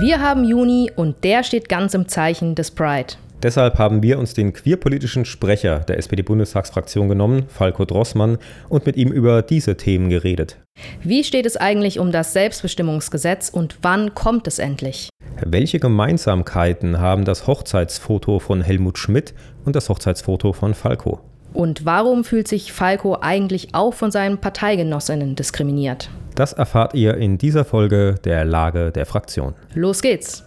Wir haben Juni und der steht ganz im Zeichen des Pride. Deshalb haben wir uns den queerpolitischen Sprecher der SPD-Bundestagsfraktion genommen, Falko Drossmann, und mit ihm über diese Themen geredet. Wie steht es eigentlich um das Selbstbestimmungsgesetz und wann kommt es endlich? Welche Gemeinsamkeiten haben das Hochzeitsfoto von Helmut Schmidt und das Hochzeitsfoto von Falko? Und warum fühlt sich Falko eigentlich auch von seinen Parteigenossinnen diskriminiert? Das erfahrt ihr in dieser Folge der Lage der Fraktion. Los geht's!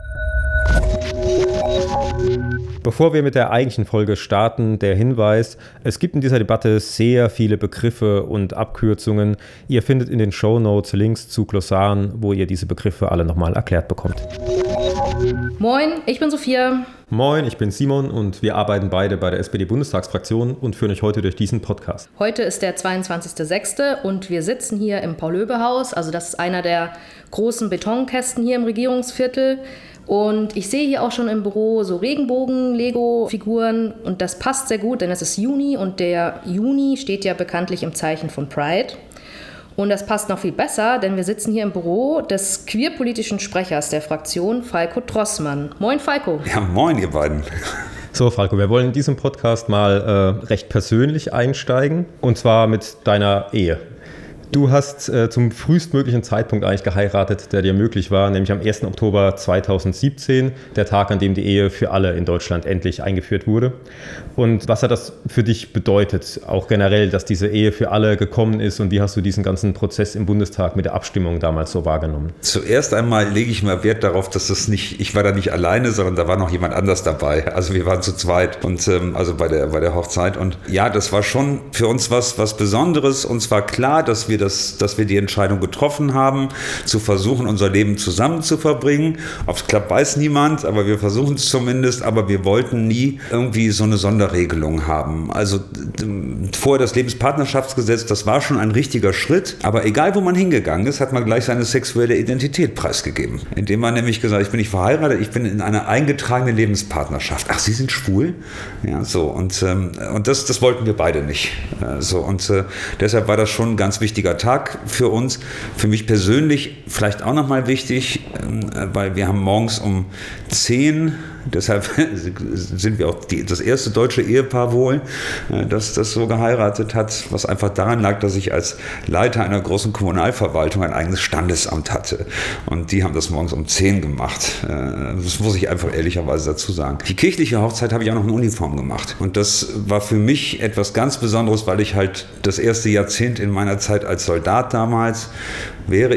Bevor wir mit der eigentlichen Folge starten, der Hinweis: Es gibt in dieser Debatte sehr viele Begriffe und Abkürzungen. Ihr findet in den Shownotes Links zu Glossaren, wo ihr diese Begriffe alle nochmal erklärt bekommt. Moin, ich bin Sophia. Moin, ich bin Simon und wir arbeiten beide bei der SPD-Bundestagsfraktion und führen euch heute durch diesen Podcast. Heute ist der 22.06. und wir sitzen hier im Paul-Löbe-Haus. Also das ist einer der großen Betonkästen hier im Regierungsviertel. Und ich sehe hier auch schon im Büro so Regenbogen-Lego-Figuren und das passt sehr gut, denn es ist Juni und der Juni steht ja bekanntlich im Zeichen von Pride. Und das passt noch viel besser, denn wir sitzen hier im Büro des queerpolitischen Sprechers der Fraktion, Falko Drossmann. Moin, Falko. Ja, moin, ihr beiden. So, Falko, wir wollen in diesem Podcast mal recht persönlich einsteigen, und zwar mit deiner Ehe. Du hast zum frühestmöglichen Zeitpunkt eigentlich geheiratet, der dir möglich war, nämlich am 1. Oktober 2017, der Tag, an dem die Ehe für alle in Deutschland endlich eingeführt wurde. Und was hat das für dich bedeutet, auch generell, dass diese Ehe für alle gekommen ist, und wie hast du diesen ganzen Prozess im Bundestag mit der Abstimmung damals so wahrgenommen? Zuerst einmal lege ich mal Wert darauf, dass das nicht, ich war da nicht alleine, sondern da war noch jemand anders dabei. Also wir waren zu zweit und also bei der Hochzeit. Und ja, das war schon für uns was Besonderes. Uns war klar, dass wir die Entscheidung getroffen haben, zu versuchen, unser Leben zusammen zu verbringen. Ob es klappt, weiß niemand, aber wir versuchen es zumindest. Aber wir wollten nie irgendwie so eine Sonderregelung haben. Also vorher das Lebenspartnerschaftsgesetz, das war schon ein richtiger Schritt. Aber egal, wo man hingegangen ist, hat man gleich seine sexuelle Identität preisgegeben. Indem man nämlich gesagt hat, ich bin nicht verheiratet, ich bin in einer eingetragenen Lebenspartnerschaft. Ach, Sie sind schwul? Ja, so. Und das wollten wir beide nicht. Deshalb war das schon ein ganz wichtiger Tag für uns. Für mich persönlich vielleicht auch nochmal wichtig, weil wir haben morgens um 10, deshalb sind wir auch das erste deutsche Ehepaar wohl, das so geheiratet hat, was einfach daran lag, dass ich als Leiter einer großen Kommunalverwaltung ein eigenes Standesamt hatte. Und die haben das morgens um 10 gemacht. Das muss ich einfach ehrlicherweise dazu sagen. Die kirchliche Hochzeit habe ich auch noch in Uniform gemacht. Und das war für mich etwas ganz Besonderes, weil ich halt das erste Jahrzehnt in meiner Zeit als Soldat damals, wäre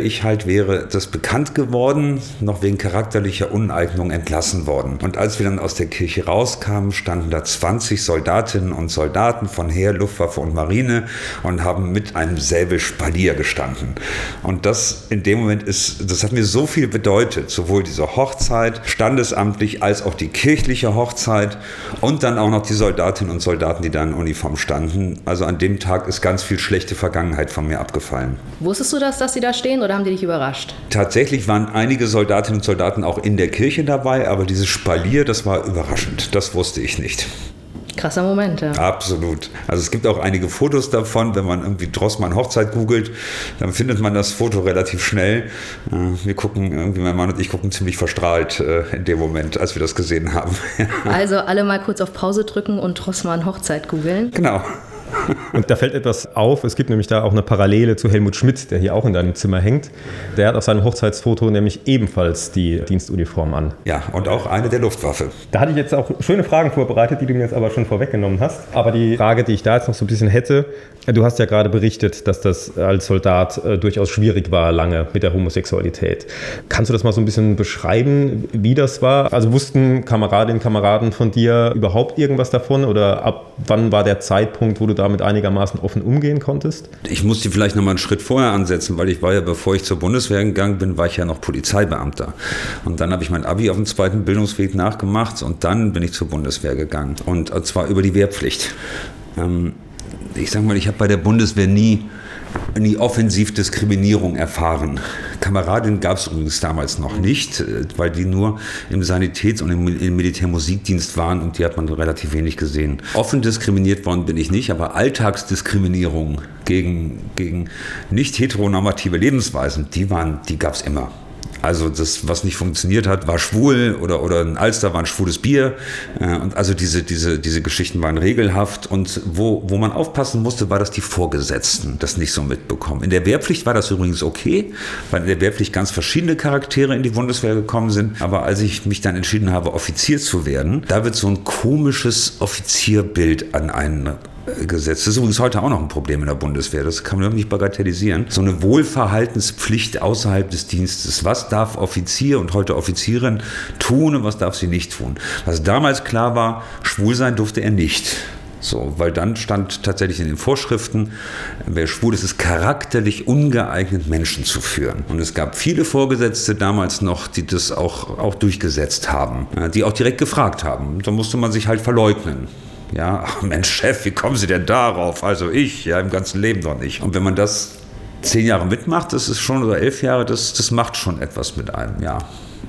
das bekannt geworden, noch wegen charakterlicher Uneignung entlassen worden. Und als wir dann aus der Kirche rauskamen, standen da 20 Soldatinnen und Soldaten von Heer, Luftwaffe und Marine und haben mit einem Säbelspalier gestanden. Und das in dem Moment das hat mir so viel bedeutet, sowohl diese Hochzeit, standesamtlich, als auch die kirchliche Hochzeit und dann auch noch die Soldatinnen und Soldaten, die da in Uniform standen. Also an dem Tag ist ganz viel schlechte Vergangenheit von mir abgefallen. Wusstest du das, dass sie da stehen, oder haben die dich überrascht? Tatsächlich waren einige Soldatinnen und Soldaten auch in der Kirche dabei, aber dieses Spalier, das war überraschend. Das wusste ich nicht. Krasser Moment, ja. Absolut. Also es gibt auch einige Fotos davon, wenn man irgendwie Drossmann Hochzeit googelt, dann findet man das Foto relativ schnell. Wir gucken, irgendwie mein Mann und ich gucken ziemlich verstrahlt in dem Moment, als wir das gesehen haben. Also alle mal kurz auf Pause drücken und Drossmann Hochzeit googeln. Genau. Und da fällt etwas auf, es gibt nämlich da auch eine Parallele zu Helmut Schmidt, der hier auch in deinem Zimmer hängt. Der hat auf seinem Hochzeitsfoto nämlich ebenfalls die Dienstuniform an. Ja, und auch eine der Luftwaffe. Da hatte ich jetzt auch schöne Fragen vorbereitet, die du mir jetzt aber schon vorweggenommen hast. Aber die Frage, die ich da jetzt noch so ein bisschen hätte, du hast ja gerade berichtet, dass das als Soldat durchaus schwierig war, lange mit der Homosexualität. Kannst du das mal so ein bisschen beschreiben, wie das war? Also wussten Kameradinnen und Kameraden von dir überhaupt irgendwas davon, oder ab wann war der Zeitpunkt, wo du damit einigermaßen offen umgehen konntest? Ich musste vielleicht noch mal einen Schritt vorher ansetzen, weil ich war ja, bevor ich zur Bundeswehr gegangen bin, war ich ja noch Polizeibeamter. Und dann habe ich mein Abi auf dem zweiten Bildungsweg nachgemacht und dann bin ich zur Bundeswehr gegangen. Und zwar über die Wehrpflicht. Ich sag mal, ich habe bei der Bundeswehr nie offensiv Diskriminierung erfahren. Kameradinnen gab es übrigens damals noch nicht, weil die nur im Sanitäts- und im Militärmusikdienst waren und die hat man relativ wenig gesehen. Offen diskriminiert worden bin ich nicht, aber Alltagsdiskriminierung gegen nicht heteronormative Lebensweisen, die gab es immer. Also das, was nicht funktioniert hat, war schwul oder ein Alster war ein schwules Bier. Und also diese Geschichten waren regelhaft. Und wo man aufpassen musste, war, dass die Vorgesetzten das nicht so mitbekommen. In der Wehrpflicht war das übrigens okay, weil in der Wehrpflicht ganz verschiedene Charaktere in die Bundeswehr gekommen sind. Aber als ich mich dann entschieden habe, Offizier zu werden, da wird so ein komisches Offizierbild an einen gesetzt. Das ist übrigens heute auch noch ein Problem in der Bundeswehr. Das kann man nicht bagatellisieren. So eine Wohlverhaltenspflicht außerhalb des Dienstes. Was darf Offizier und heute Offizierin tun und was darf sie nicht tun? Was damals klar war, schwul sein durfte er nicht. So, weil dann stand tatsächlich in den Vorschriften, wer schwul ist, ist charakterlich ungeeignet, Menschen zu führen. Und es gab viele Vorgesetzte damals noch, die das auch durchgesetzt haben, die auch direkt gefragt haben. Da musste man sich halt verleugnen. Ja, ach Mensch, Chef, wie kommen Sie denn darauf? Also ich, ja, im ganzen Leben noch nicht. Und wenn man das 10 Jahre mitmacht, das ist schon, oder 11 Jahre, das macht schon etwas mit einem, ja.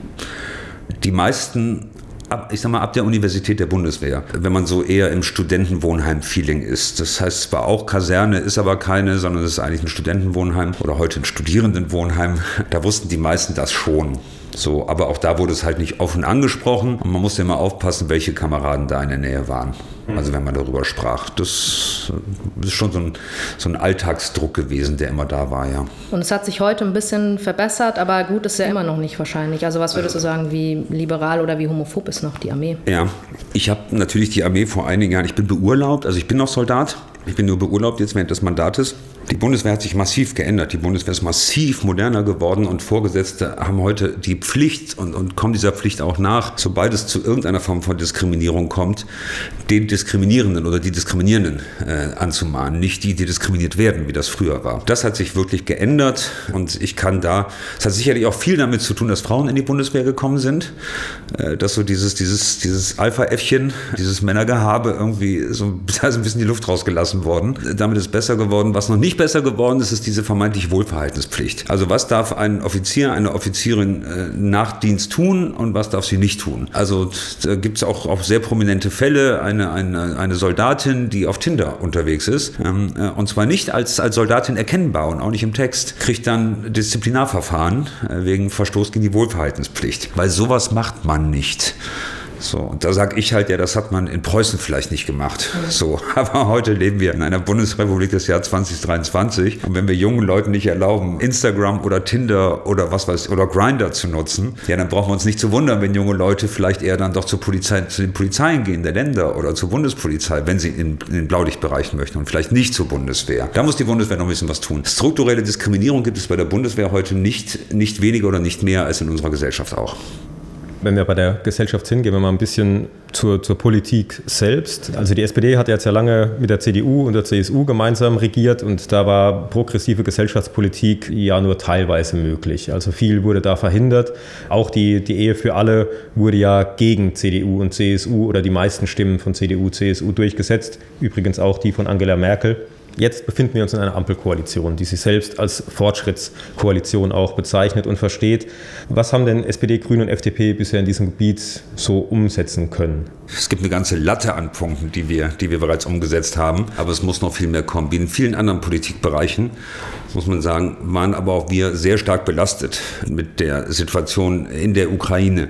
Die meisten, ich sag mal, ab der Universität der Bundeswehr, wenn man so eher im Studentenwohnheim-Feeling ist. Das heißt zwar auch Kaserne, ist aber keine, sondern es ist eigentlich ein Studentenwohnheim oder heute ein Studierendenwohnheim. Da wussten die meisten das schon. So, aber auch da wurde es halt nicht offen angesprochen und man musste immer aufpassen, welche Kameraden da in der Nähe waren. Also wenn man darüber sprach. Das ist schon so ein Alltagsdruck gewesen, der immer da war, ja. Und es hat sich heute ein bisschen verbessert, aber gut ist ja immer noch nicht wahrscheinlich. Also was würdest du sagen, wie liberal oder wie homophob ist noch die Armee? Ja, ich habe natürlich die Armee vor einigen Jahren, ich bin beurlaubt, also ich bin noch Soldat. Ich bin nur beurlaubt jetzt während des Mandates. Die Bundeswehr hat sich massiv geändert. Die Bundeswehr ist massiv moderner geworden und Vorgesetzte haben heute die Pflicht und kommen dieser Pflicht auch nach, sobald es zu irgendeiner Form von Diskriminierung kommt, den Diskriminierenden oder die Diskriminierenden anzumahnen, nicht die diskriminiert werden, wie das früher war. Das hat sich wirklich geändert und es hat sicherlich auch viel damit zu tun, dass Frauen in die Bundeswehr gekommen sind, dass so dieses Alpha-Äffchen, dieses Männergehabe irgendwie da ist ein bisschen die Luft rausgelassen worden. Damit ist es besser geworden. Was noch nicht besser geworden ist, ist diese vermeintliche Wohlverhaltenspflicht. Also was darf ein Offizier, eine Offizierin nach Dienst tun und was darf sie nicht tun? Also da gibt es auch sehr prominente Fälle. Eine Soldatin, die auf Tinder unterwegs ist, und zwar nicht als Soldatin erkennbar und auch nicht im Text, kriegt dann Disziplinarverfahren wegen Verstoß gegen die Wohlverhaltenspflicht. Weil sowas macht man nicht. So, und da sage ich halt, ja, das hat man in Preußen vielleicht nicht gemacht. So, aber heute leben wir in einer Bundesrepublik des Jahr 2023. Und wenn wir jungen Leuten nicht erlauben, Instagram oder Tinder oder oder Grindr zu nutzen, ja, dann brauchen wir uns nicht zu wundern, wenn junge Leute vielleicht eher dann doch zu den Polizeien gehen, der Länder oder zur Bundespolizei, wenn sie in den Blaulichtbereich möchten und vielleicht nicht zur Bundeswehr. Da muss die Bundeswehr noch ein bisschen was tun. Strukturelle Diskriminierung gibt es bei der Bundeswehr heute nicht weniger oder nicht mehr als in unserer Gesellschaft auch. Wenn wir bei der Gesellschaft sind, gehen wir mal ein bisschen zur Politik selbst. Also die SPD hat jetzt ja lange mit der CDU und der CSU gemeinsam regiert und da war progressive Gesellschaftspolitik ja nur teilweise möglich. Also viel wurde da verhindert. Auch die Ehe für alle wurde ja gegen CDU und CSU oder die meisten Stimmen von CDU, CSU durchgesetzt. Übrigens auch die von Angela Merkel. Jetzt befinden wir uns in einer Ampelkoalition, die sich selbst als Fortschrittskoalition auch bezeichnet und versteht. Was haben denn SPD, Grüne und FDP bisher in diesem Gebiet so umsetzen können? Es gibt eine ganze Latte an Punkten, die wir bereits umgesetzt haben, aber es muss noch viel mehr kommen. Wie in vielen anderen Politikbereichen, muss man sagen, waren aber auch wir sehr stark belastet mit der Situation in der Ukraine,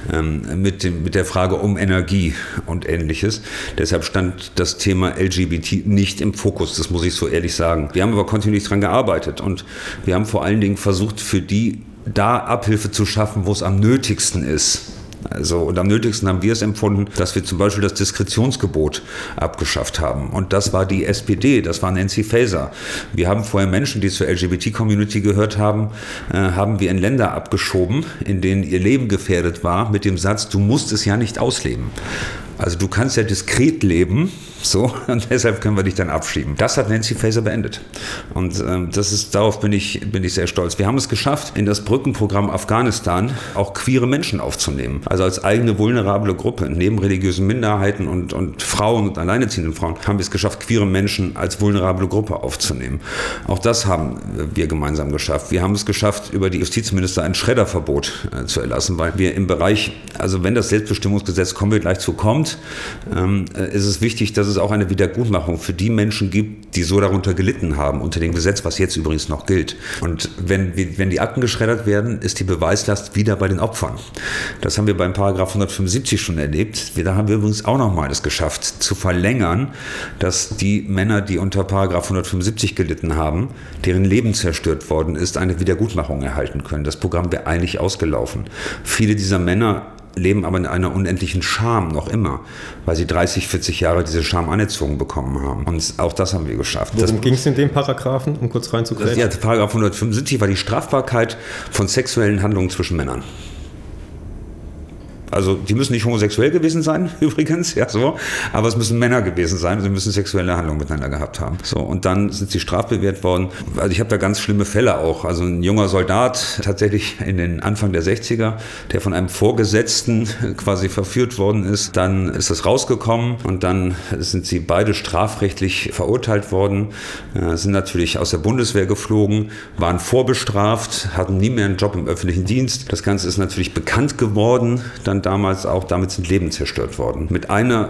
mit der Frage um Energie und Ähnliches. Deshalb stand das Thema LGBT nicht im Fokus, das muss ich so ehrlich sagen. Wir haben aber kontinuierlich daran gearbeitet und wir haben vor allen Dingen versucht, für die da Abhilfe zu schaffen, wo es am nötigsten ist. Also, und am nötigsten haben wir es empfunden, dass wir zum Beispiel das Diskretionsgebot abgeschafft haben. Und das war die SPD, das war Nancy Faeser. Wir haben vorher Menschen, die zur LGBT-Community gehört haben, haben wir in Länder abgeschoben, in denen ihr Leben gefährdet war, mit dem Satz, du musst es ja nicht ausleben. Also du kannst ja diskret leben, so, und deshalb können wir dich dann abschieben. Das hat Nancy Faeser beendet. Und darauf bin ich sehr stolz. Wir haben es geschafft, in das Brückenprogramm Afghanistan auch queere Menschen aufzunehmen. Also als eigene vulnerable Gruppe, neben religiösen Minderheiten und Frauen und alleinerziehenden Frauen, haben wir es geschafft, queere Menschen als vulnerable Gruppe aufzunehmen. Auch das haben wir gemeinsam geschafft. Wir haben es geschafft, über die Justizminister ein Schredderverbot zu erlassen, weil wir im Bereich, also wenn das Selbstbestimmungsgesetz, kommen wir gleich zu, kommt, kommt, ist es wichtig, dass es auch eine Wiedergutmachung für die Menschen gibt, die so darunter gelitten haben, unter dem Gesetz, was jetzt übrigens noch gilt. Und wenn die Akten geschreddert werden, ist die Beweislast wieder bei den Opfern. Das haben wir beim Paragraph 175 schon erlebt. Da haben wir übrigens auch nochmal es geschafft, zu verlängern, dass die Männer, die unter Paragraph 175 gelitten haben, deren Leben zerstört worden ist, eine Wiedergutmachung erhalten können. Das Programm wäre eigentlich ausgelaufen. Viele dieser Männer leben aber in einer unendlichen Scham noch immer, weil sie 30, 40 Jahre diese Scham anerzogen bekommen haben. Und auch das haben wir geschafft. Worum ging es in dem Paragraphen, um kurz reinzugreifen? Ja, Paragraph 175 war die Strafbarkeit von sexuellen Handlungen zwischen Männern. Also die müssen nicht homosexuell gewesen sein, übrigens, ja so, aber es müssen Männer gewesen sein und sie müssen sexuelle Handlungen miteinander gehabt haben. So, und dann sind sie strafbewehrt worden. Also ich habe da ganz schlimme Fälle auch. Also ein junger Soldat, tatsächlich in den Anfang der 60er, der von einem Vorgesetzten quasi verführt worden ist. Dann ist das rausgekommen und dann sind sie beide strafrechtlich verurteilt worden, sind natürlich aus der Bundeswehr geflogen, waren vorbestraft, hatten nie mehr einen Job im öffentlichen Dienst. Das Ganze ist natürlich bekannt geworden, dann damals auch, damit sind Leben zerstört worden. Mit einer,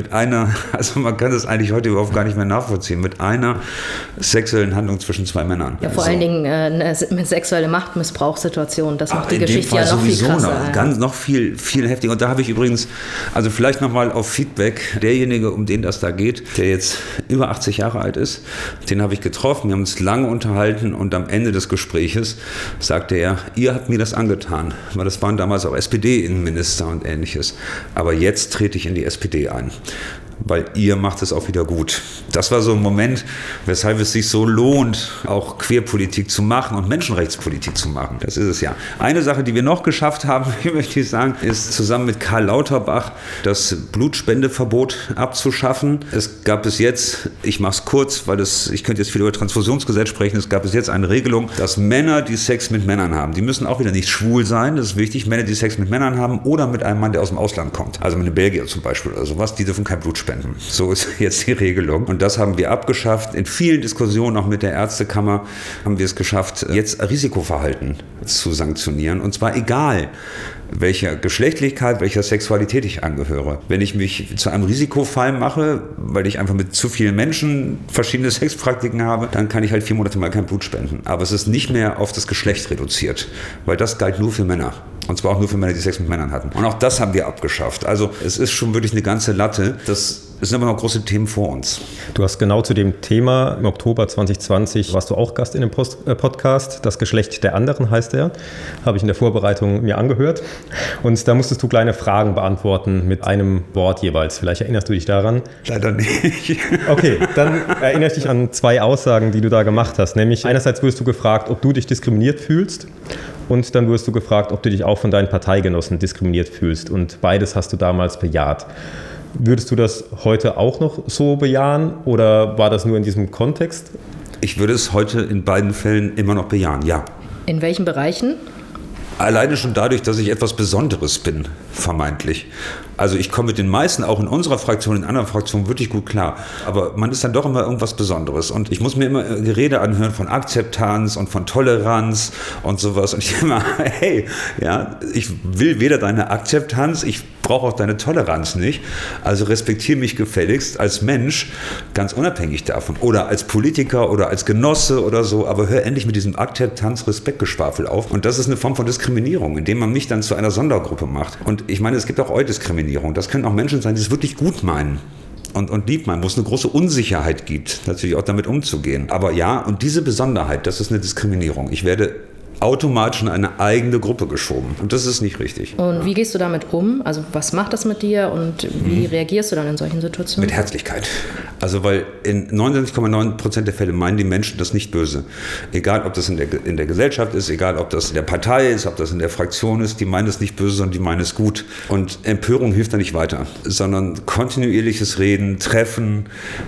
also man kann das eigentlich heute überhaupt gar nicht mehr nachvollziehen, mit einer sexuellen Handlung zwischen zwei Männern. Ja, vor allen Dingen eine sexuelle Machtmissbrauchssituation, das macht die Geschichte ja noch viel krasser. Noch viel heftiger. Und da habe ich übrigens, also vielleicht nochmal auf Feedback, derjenige, um den das da geht, der jetzt über 80 Jahre alt ist, den habe ich getroffen, wir haben uns lange unterhalten und am Ende des Gespräches sagte er, ihr habt mir das angetan, weil das waren damals auch SPD-Innenminister und Ähnliches. Aber jetzt trete ich in die SPD ein, weil ihr macht es auch wieder gut. Das war so ein Moment, weshalb es sich so lohnt, auch Queerpolitik zu machen und Menschenrechtspolitik zu machen. Das ist es ja. Eine Sache, die wir noch geschafft haben, möchte ich sagen, ist zusammen mit Karl Lauterbach das Blutspendeverbot abzuschaffen. Es gab bis jetzt, ich mache es kurz, weil ich könnte jetzt viel über Transfusionsgesetz sprechen, es gab bis jetzt eine Regelung, dass Männer, die Sex mit Männern haben, die müssen auch wieder nicht schwul sein, das ist wichtig, Männer, die Sex mit Männern haben oder mit einem Mann, der aus dem Ausland kommt, also mit einem Belgier zum Beispiel oder sowas, die dürfen kein Blut spenden. So ist jetzt die Regelung. Und das haben wir abgeschafft. In vielen Diskussionen, auch mit der Ärztekammer, haben wir es geschafft, jetzt Risikoverhalten zu sanktionieren. Und zwar egal, welcher Geschlechtlichkeit, welcher Sexualität ich angehöre. Wenn ich mich zu einem Risikofall mache, weil ich einfach mit zu vielen Menschen verschiedene Sexpraktiken habe, dann kann ich halt 4 Monate mal kein Blut spenden. Aber es ist nicht mehr auf das Geschlecht reduziert, weil das galt nur für Männer. Und zwar auch nur für Männer, die Sex mit Männern hatten. Und auch das haben wir abgeschafft. Also es ist schon wirklich eine ganze Latte. Es sind aber noch große Themen vor uns. Du hast genau zu dem Thema im Oktober 2020 warst du auch Gast in dem Podcast. Das Geschlecht der anderen heißt er. Habe ich in der Vorbereitung mir angehört. Und da musstest du kleine Fragen beantworten mit einem Wort jeweils. Vielleicht erinnerst du dich daran? Leider nicht. Okay, dann erinnere ich dich an 2 Aussagen, die du da gemacht hast. Nämlich einerseits wirst du gefragt, ob du dich diskriminiert fühlst. Und dann wirst du gefragt, ob du dich auch von deinen Parteigenossen diskriminiert fühlst. Und beides hast du damals bejaht. Würdest du das heute auch noch so bejahen oder war das nur in diesem Kontext? Ich würde es heute in beiden Fällen immer noch bejahen, ja. In welchen Bereichen? Alleine schon dadurch, dass ich etwas Besonderes bin, vermeintlich. Also ich komme mit den meisten, auch in unserer Fraktion, in anderen Fraktionen, wirklich gut klar. Aber man ist dann doch immer irgendwas Besonderes. Und ich muss mir immer Gerede anhören von Akzeptanz und von Toleranz und sowas. Und ich immer, hey, ja, ich will weder deine Akzeptanz, ich brauche auch deine Toleranz nicht. Also respektiere mich gefälligst als Mensch, ganz unabhängig davon. Oder als Politiker oder als Genosse oder so. Aber hör endlich mit diesem Akzeptanz-Respektgeschwafel auf. Und das ist eine Form von Diskriminierung, indem man mich dann zu einer Sondergruppe macht. Und ich meine, es gibt auch Eudiskriminierung. Das können auch Menschen sein, die es wirklich gut meinen und lieb meinen, wo es eine große Unsicherheit gibt, natürlich auch damit umzugehen. Aber ja, und diese Besonderheit, das ist eine Diskriminierung. Ich werde automatisch in eine eigene Gruppe geschoben. Und das ist nicht richtig. Und wie gehst du damit um? Also was macht das mit dir und wie reagierst du dann in solchen Situationen? Mit Herzlichkeit. Also weil in 99,9% der Fälle meinen die Menschen das nicht böse. Egal, ob das in der Gesellschaft ist, egal, ob das in der Partei ist, ob das in der Fraktion ist, die meinen es nicht böse, sondern die meinen es gut. Und Empörung hilft da nicht weiter, sondern kontinuierliches Reden, Treffen,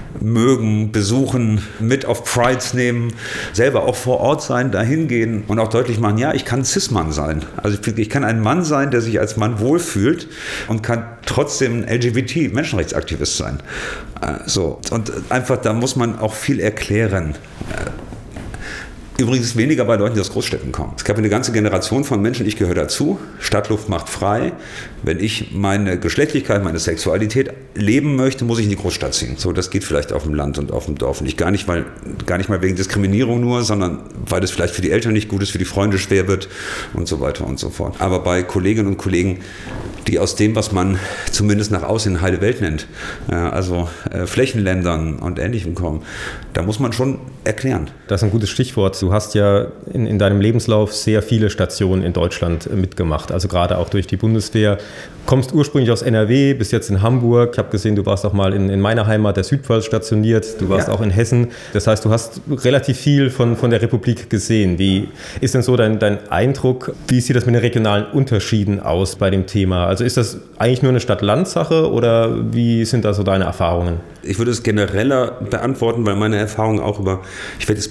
mögen, besuchen, mit auf Prides nehmen, selber auch vor Ort sein, dahin gehen und auch deutlich machen, ja, ich kann ein Cis-Mann sein. Also ich kann ein Mann sein, der sich als Mann wohlfühlt und kann trotzdem ein LGBT-Menschenrechtsaktivist sein. So. Und einfach, da muss man auch viel erklären. Übrigens weniger bei Leuten, die aus Großstädten kommen. Es gab eine ganze Generation von Menschen, ich gehöre dazu, Stadtluft macht frei. Wenn ich meine Geschlechtlichkeit, meine Sexualität leben möchte, muss ich in die Großstadt ziehen. So, das geht vielleicht auf dem Land und auf dem Dorf nicht. Gar nicht mal wegen Diskriminierung nur, sondern weil es vielleicht für die Eltern nicht gut ist, für die Freunde schwer wird und so weiter und so fort. Aber bei Kolleginnen und Kollegen, die aus dem, was man zumindest nach außen heile Welt nennt, also Flächenländern und Ähnlichem kommen, da muss man schon erklären. Das ist ein gutes Stichwort. Du hast ja in deinem Lebenslauf sehr viele Stationen in Deutschland mitgemacht, also gerade auch durch die Bundeswehr. Kommst ursprünglich aus NRW, bist jetzt in Hamburg. Ich habe gesehen, du warst auch mal in meiner Heimat, der Südpfalz, stationiert. Du warst auch in Hessen. Das heißt, du hast relativ viel von der Republik gesehen. Wie ist denn so dein Eindruck? Wie sieht das mit den regionalen Unterschieden aus bei dem Thema? Also ist das eigentlich nur eine Stadt-Land-Sache oder wie sind da so deine Erfahrungen? Ich würde es genereller beantworten, weil meine Erfahrungen auch ich werde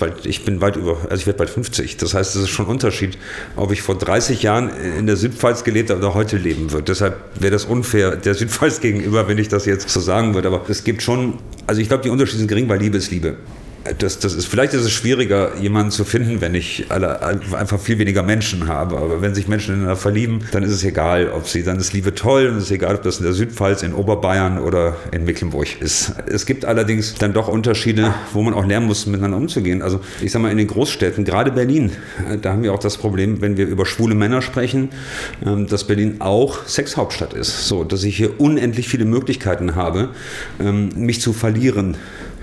bald 50. Das heißt, es ist schon ein Unterschied, ob ich vor 30 Jahren in der Südpfalz gelebt habe oder heute leben würde. Deshalb wäre das unfair der Südpfalz gegenüber, wenn ich das jetzt so sagen würde. Aber es gibt schon, also ich glaube, die Unterschiede sind gering, weil Liebe ist Liebe. Vielleicht ist es schwieriger, jemanden zu finden, wenn ich einfach viel weniger Menschen habe. Aber wenn sich Menschen ineinander verlieben, dann ist es egal, dann ist Liebe toll und es ist egal, ob das in der Südpfalz, in Oberbayern oder in Mecklenburg ist. Es gibt allerdings dann doch Unterschiede, wo man auch lernen muss, miteinander umzugehen. Also ich sag mal, in den Großstädten, gerade Berlin, da haben wir auch das Problem, wenn wir über schwule Männer sprechen, dass Berlin auch Sexhauptstadt ist. So, dass ich hier unendlich viele Möglichkeiten habe, mich zu verlieren.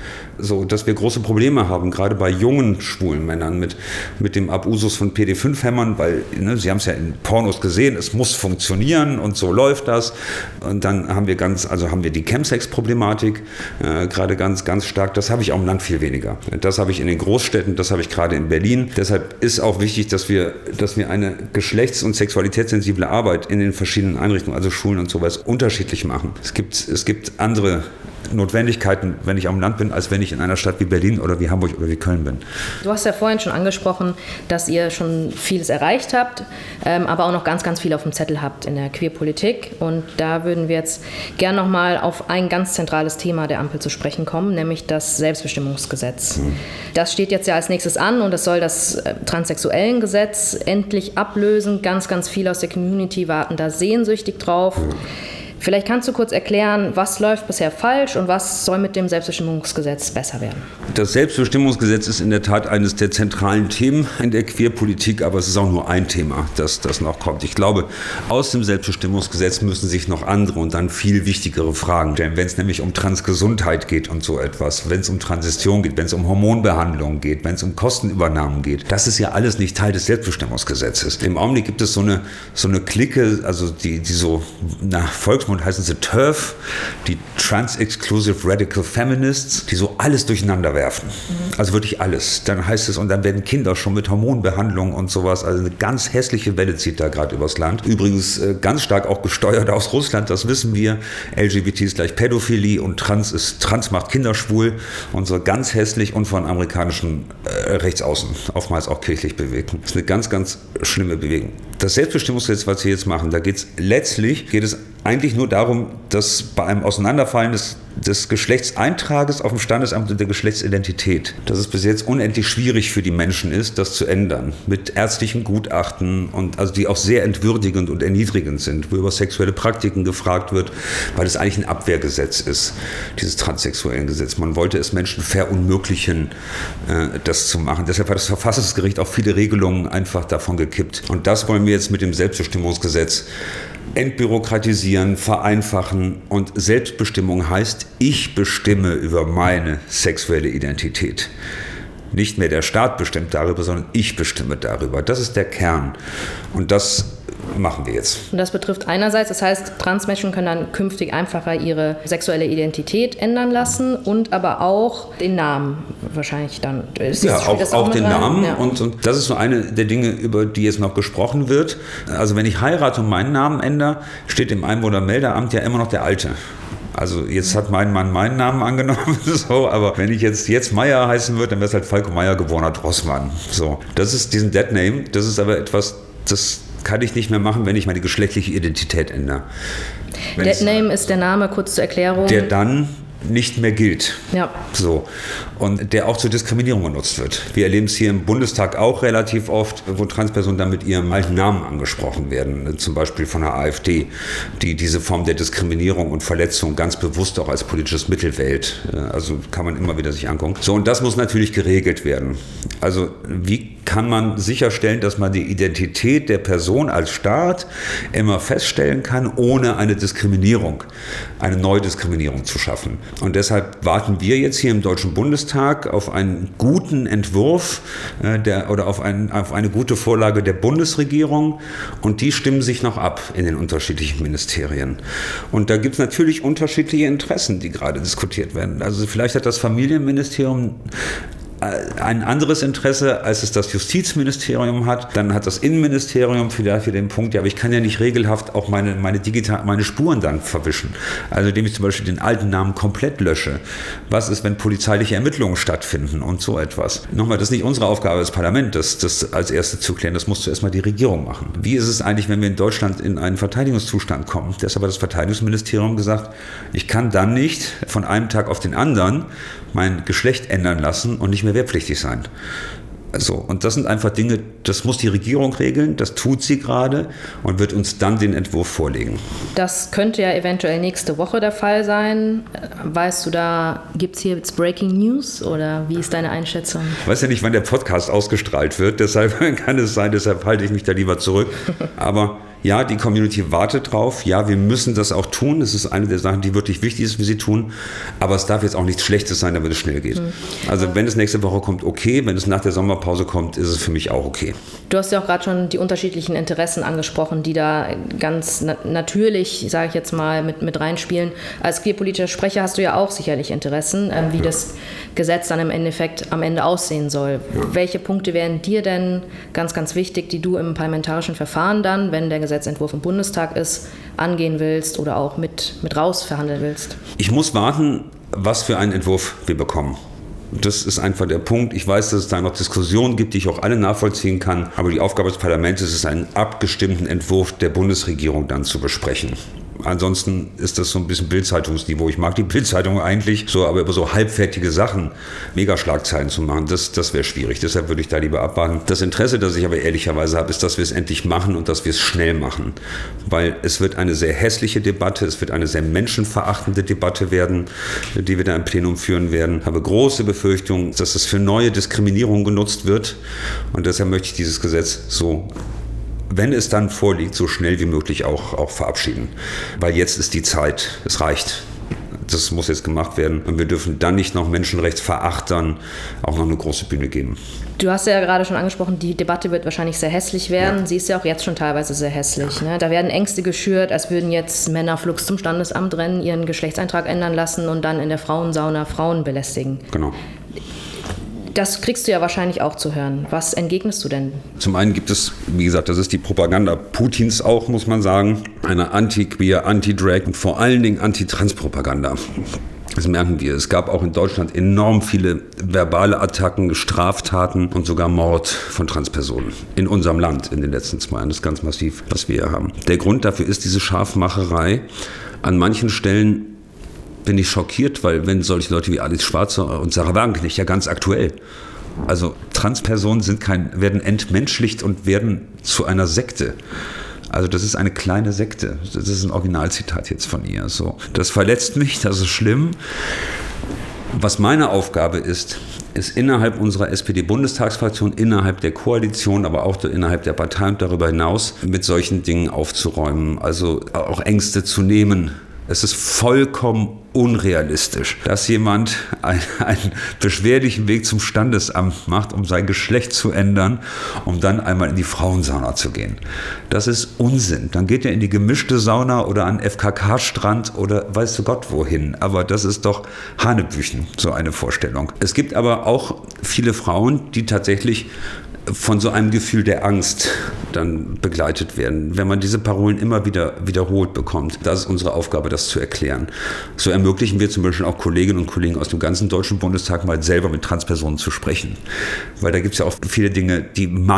So, dass wir große Probleme haben, gerade bei jungen schwulen Männern mit dem Abusus von PD5-Hämmern, weil sie haben es ja in Pornos gesehen, es muss funktionieren und so läuft das. Und dann haben wir die Chemsex-Problematik gerade ganz, ganz stark. Das habe ich auch im Land viel weniger. Das habe ich in den Großstädten, das habe ich gerade in Berlin. Deshalb ist auch wichtig, dass wir eine geschlechts- und sexualitätssensible Arbeit in den verschiedenen Einrichtungen, also Schulen und sowas, unterschiedlich machen. Es gibt andere Notwendigkeiten, wenn ich am Land bin, als wenn ich in einer Stadt wie Berlin oder wie Hamburg oder wie Köln bin. Du hast ja vorhin schon angesprochen, dass ihr schon vieles erreicht habt, aber auch noch ganz, ganz viel auf dem Zettel habt in der Queerpolitik. Und da würden wir jetzt gern nochmal auf ein ganz zentrales Thema der Ampel zu sprechen kommen, nämlich das Selbstbestimmungsgesetz. Das steht jetzt ja als nächstes an und es soll das Transsexuellengesetz endlich ablösen. Ganz, ganz viele aus der Community warten da sehnsüchtig drauf. Vielleicht kannst du kurz erklären, was läuft bisher falsch und was soll mit dem Selbstbestimmungsgesetz besser werden? Das Selbstbestimmungsgesetz ist in der Tat eines der zentralen Themen in der Queerpolitik, aber es ist auch nur ein Thema, das noch kommt. Ich glaube, aus dem Selbstbestimmungsgesetz müssen sich noch andere und dann viel wichtigere Fragen stellen, wenn es nämlich um Transgesundheit geht und so etwas, wenn es um Transition geht, wenn es um Hormonbehandlung geht, wenn es um Kostenübernahmen geht. Das ist ja alles nicht Teil des Selbstbestimmungsgesetzes. Im Augenblick gibt es so eine Clique, also die so nach Volksmund heißen sie TERF, die Trans-Exclusive Radical Feminists, die so alles durcheinander werfen. Also wirklich alles. Dann heißt es, und dann werden Kinder schon mit Hormonbehandlung und sowas, also eine ganz hässliche Welle zieht da gerade übers Land. Übrigens ganz stark auch gesteuert aus Russland, das wissen wir. LGBT ist gleich Pädophilie und Trans macht Kinder schwul und so ganz hässlich und von amerikanischen Rechtsaußen, oftmals auch kirchlich bewegt. Das ist eine ganz, ganz schlimme Bewegung. Das Selbstbestimmungsgesetz, was wir jetzt machen, da geht es eigentlich nur darum, dass bei einem Auseinanderfallen des Geschlechtseintrages auf dem Standesamt und der Geschlechtsidentität, dass es bis jetzt unendlich schwierig für die Menschen ist, das zu ändern. Mit ärztlichen Gutachten und also die auch sehr entwürdigend und erniedrigend sind, wo über sexuelle Praktiken gefragt wird, weil es eigentlich ein Abwehrgesetz ist, dieses transsexuellen Gesetz. Man wollte es Menschen verunmöglichen, das zu machen. Deshalb hat das Verfassungsgericht auch viele Regelungen einfach davon gekippt. Und das wollen wir jetzt mit dem Selbstbestimmungsgesetz entbürokratisieren, vereinfachen, und Selbstbestimmung heißt, ich bestimme über meine sexuelle Identität. Nicht mehr der Staat bestimmt darüber, sondern ich bestimme darüber. Das ist der Kern. Und das machen wir jetzt. Und das betrifft einerseits, das heißt, Transmenschen können dann künftig einfacher ihre sexuelle Identität ändern lassen und aber auch den Namen wahrscheinlich dann. Ja, auch den Namen. Ja. Und das ist so eine der Dinge, über die jetzt noch gesprochen wird. Also wenn ich heirate und meinen Namen ändere, steht im Einwohnermeldeamt ja immer noch der alte. Also jetzt hat mein Mann meinen Namen angenommen, so, aber wenn ich jetzt Meier heißen würde, dann wäre es halt Falco Meier, geborener Drossmann. So, das ist diesen Dead Name, das ist aber etwas, das kann ich nicht mehr machen, wenn ich meine geschlechtliche Identität ändere. Dead Name ist der Name, kurz zur Erklärung. Der dann nicht mehr gilt. Ja. So. Und der auch zur Diskriminierung genutzt wird. Wir erleben es hier im Bundestag auch relativ oft, wo Transpersonen dann mit ihrem alten Namen angesprochen werden, zum Beispiel von der AfD, die diese Form der Diskriminierung und Verletzung ganz bewusst auch als politisches Mittel wählt. Also kann man immer wieder sich angucken. So, und das muss natürlich geregelt werden. Also wie kann man sicherstellen, dass man die Identität der Person als Staat immer feststellen kann, ohne eine Diskriminierung, eine Neudiskriminierung zu schaffen. Und deshalb warten wir jetzt hier im Deutschen Bundestag auf einen guten Entwurf oder auf eine gute Vorlage der Bundesregierung, und die stimmen sich noch ab in den unterschiedlichen Ministerien. Und da gibt es natürlich unterschiedliche Interessen, die gerade diskutiert werden. Also vielleicht hat das Familienministerium ein anderes Interesse, als es das Justizministerium hat. Dann hat das Innenministerium vielleicht für den Punkt, ja, aber ich kann ja nicht regelhaft auch meine Spuren dann verwischen. Also indem ich zum Beispiel den alten Namen komplett lösche. Was ist, wenn polizeiliche Ermittlungen stattfinden und so etwas? Nochmal, das ist nicht unsere Aufgabe als Parlament, das als Erste zu klären. Das muss zuerst mal die Regierung machen. Wie ist es eigentlich, wenn wir in Deutschland in einen Verteidigungszustand kommen? Deshalb hat das Verteidigungsministerium gesagt, ich kann dann nicht von einem Tag auf den anderen mein Geschlecht ändern lassen und nicht mehr wehrpflichtig sein. So, und das sind einfach Dinge, das muss die Regierung regeln, das tut sie gerade und wird uns dann den Entwurf vorlegen. Das könnte ja eventuell nächste Woche der Fall sein. Weißt du da, gibt es hier jetzt Breaking News oder wie ist deine Einschätzung? Ich weiß ja nicht, wann der Podcast ausgestrahlt wird, deshalb kann es sein, deshalb halte ich mich da lieber zurück. Aber ja, die Community wartet drauf. Ja, wir müssen das auch tun. Das ist eine der Sachen, die wirklich wichtig ist, wie sie tun. Aber es darf jetzt auch nichts Schlechtes sein, damit es schnell geht. Also wenn es nächste Woche kommt, okay. Wenn es nach der Sommerpause kommt, ist es für mich auch okay. Du hast ja auch gerade schon die unterschiedlichen Interessen angesprochen, die da ganz natürlich, sage ich jetzt mal, mit reinspielen. Als queerpolitischer Sprecher hast du ja auch sicherlich Interessen, wie das Gesetz dann im Endeffekt am Ende aussehen soll. Ja. Welche Punkte wären dir denn ganz, ganz wichtig, die du im parlamentarischen Verfahren dann, wenn der Gesetzentwurf im Bundestag ist, angehen willst oder auch mit raus verhandeln willst? Ich muss warten, was für einen Entwurf wir bekommen. Das ist einfach der Punkt. Ich weiß, dass es da noch Diskussionen gibt, die ich auch alle nachvollziehen kann. Aber die Aufgabe des Parlaments ist es, einen abgestimmten Entwurf der Bundesregierung dann zu besprechen. Ansonsten ist das so ein bisschen Bild-Zeitungsniveau. Ich mag die Bild-Zeitung eigentlich, aber über so halbfertige Sachen Megaschlagzeilen zu machen, das wäre schwierig. Deshalb würde ich da lieber abwarten. Das Interesse, das ich aber ehrlicherweise habe, ist, dass wir es endlich machen und dass wir es schnell machen. Weil es wird eine sehr hässliche Debatte, es wird eine sehr menschenverachtende Debatte werden, die wir da im Plenum führen werden. Ich habe große Befürchtungen, dass es für neue Diskriminierung genutzt wird. Und deshalb möchte ich dieses Gesetz so, wenn es dann vorliegt, so schnell wie möglich auch verabschieden. Weil jetzt ist die Zeit, es reicht. Das muss jetzt gemacht werden. Und wir dürfen dann nicht noch Menschenrechtsverachtern auch noch eine große Bühne geben. Du hast ja gerade schon angesprochen, die Debatte wird wahrscheinlich sehr hässlich werden. Ja. Sie ist ja auch jetzt schon teilweise sehr hässlich. Ne? Da werden Ängste geschürt, als würden jetzt Männer flugs zum Standesamt rennen, ihren Geschlechtseintrag ändern lassen und dann in der Frauensauna Frauen belästigen. Genau. Das kriegst du ja wahrscheinlich auch zu hören. Was entgegnest du denn? Zum einen gibt es, wie gesagt, das ist die Propaganda Putins auch, muss man sagen. Eine Anti-Queer, Anti-Drag und vor allen Dingen Anti-Trans-Propaganda. Das merken wir. Es gab auch in Deutschland enorm viele verbale Attacken, Straftaten und sogar Mord von Transpersonen in unserem Land in den letzten 2 Jahren. Das ist ganz massiv, was wir hier haben. Der Grund dafür ist diese Scharfmacherei. An manchen Stellen bin ich schockiert, weil wenn solche Leute wie Alice Schwarzer und Sarah Wagenknecht, ja ganz aktuell, also Transpersonen werden entmenschlicht und werden zu einer Sekte. Also das ist eine kleine Sekte. Das ist ein Originalzitat jetzt von ihr. So, das verletzt mich, das ist schlimm. Was meine Aufgabe ist innerhalb unserer SPD-Bundestagsfraktion, innerhalb der Koalition, aber auch innerhalb der Partei und darüber hinaus mit solchen Dingen aufzuräumen, also auch Ängste zu nehmen. Es ist vollkommen unrealistisch, dass jemand einen beschwerlichen Weg zum Standesamt macht, um sein Geschlecht zu ändern, um dann einmal in die Frauensauna zu gehen. Das ist Unsinn. Dann geht er in die gemischte Sauna oder an FKK-Strand oder weiß Gott wohin. Aber das ist doch Hanebüchen, so eine Vorstellung. Es gibt aber auch viele Frauen, die tatsächlich von so einem Gefühl der Angst dann begleitet werden. Wenn man diese Parolen immer wieder wiederholt bekommt, das ist unsere Aufgabe, das zu erklären. So ermöglichen wir zum Beispiel auch Kolleginnen und Kollegen aus dem ganzen Deutschen Bundestag mal selber mit Transpersonen zu sprechen. Weil da gibt es ja auch viele Dinge, die man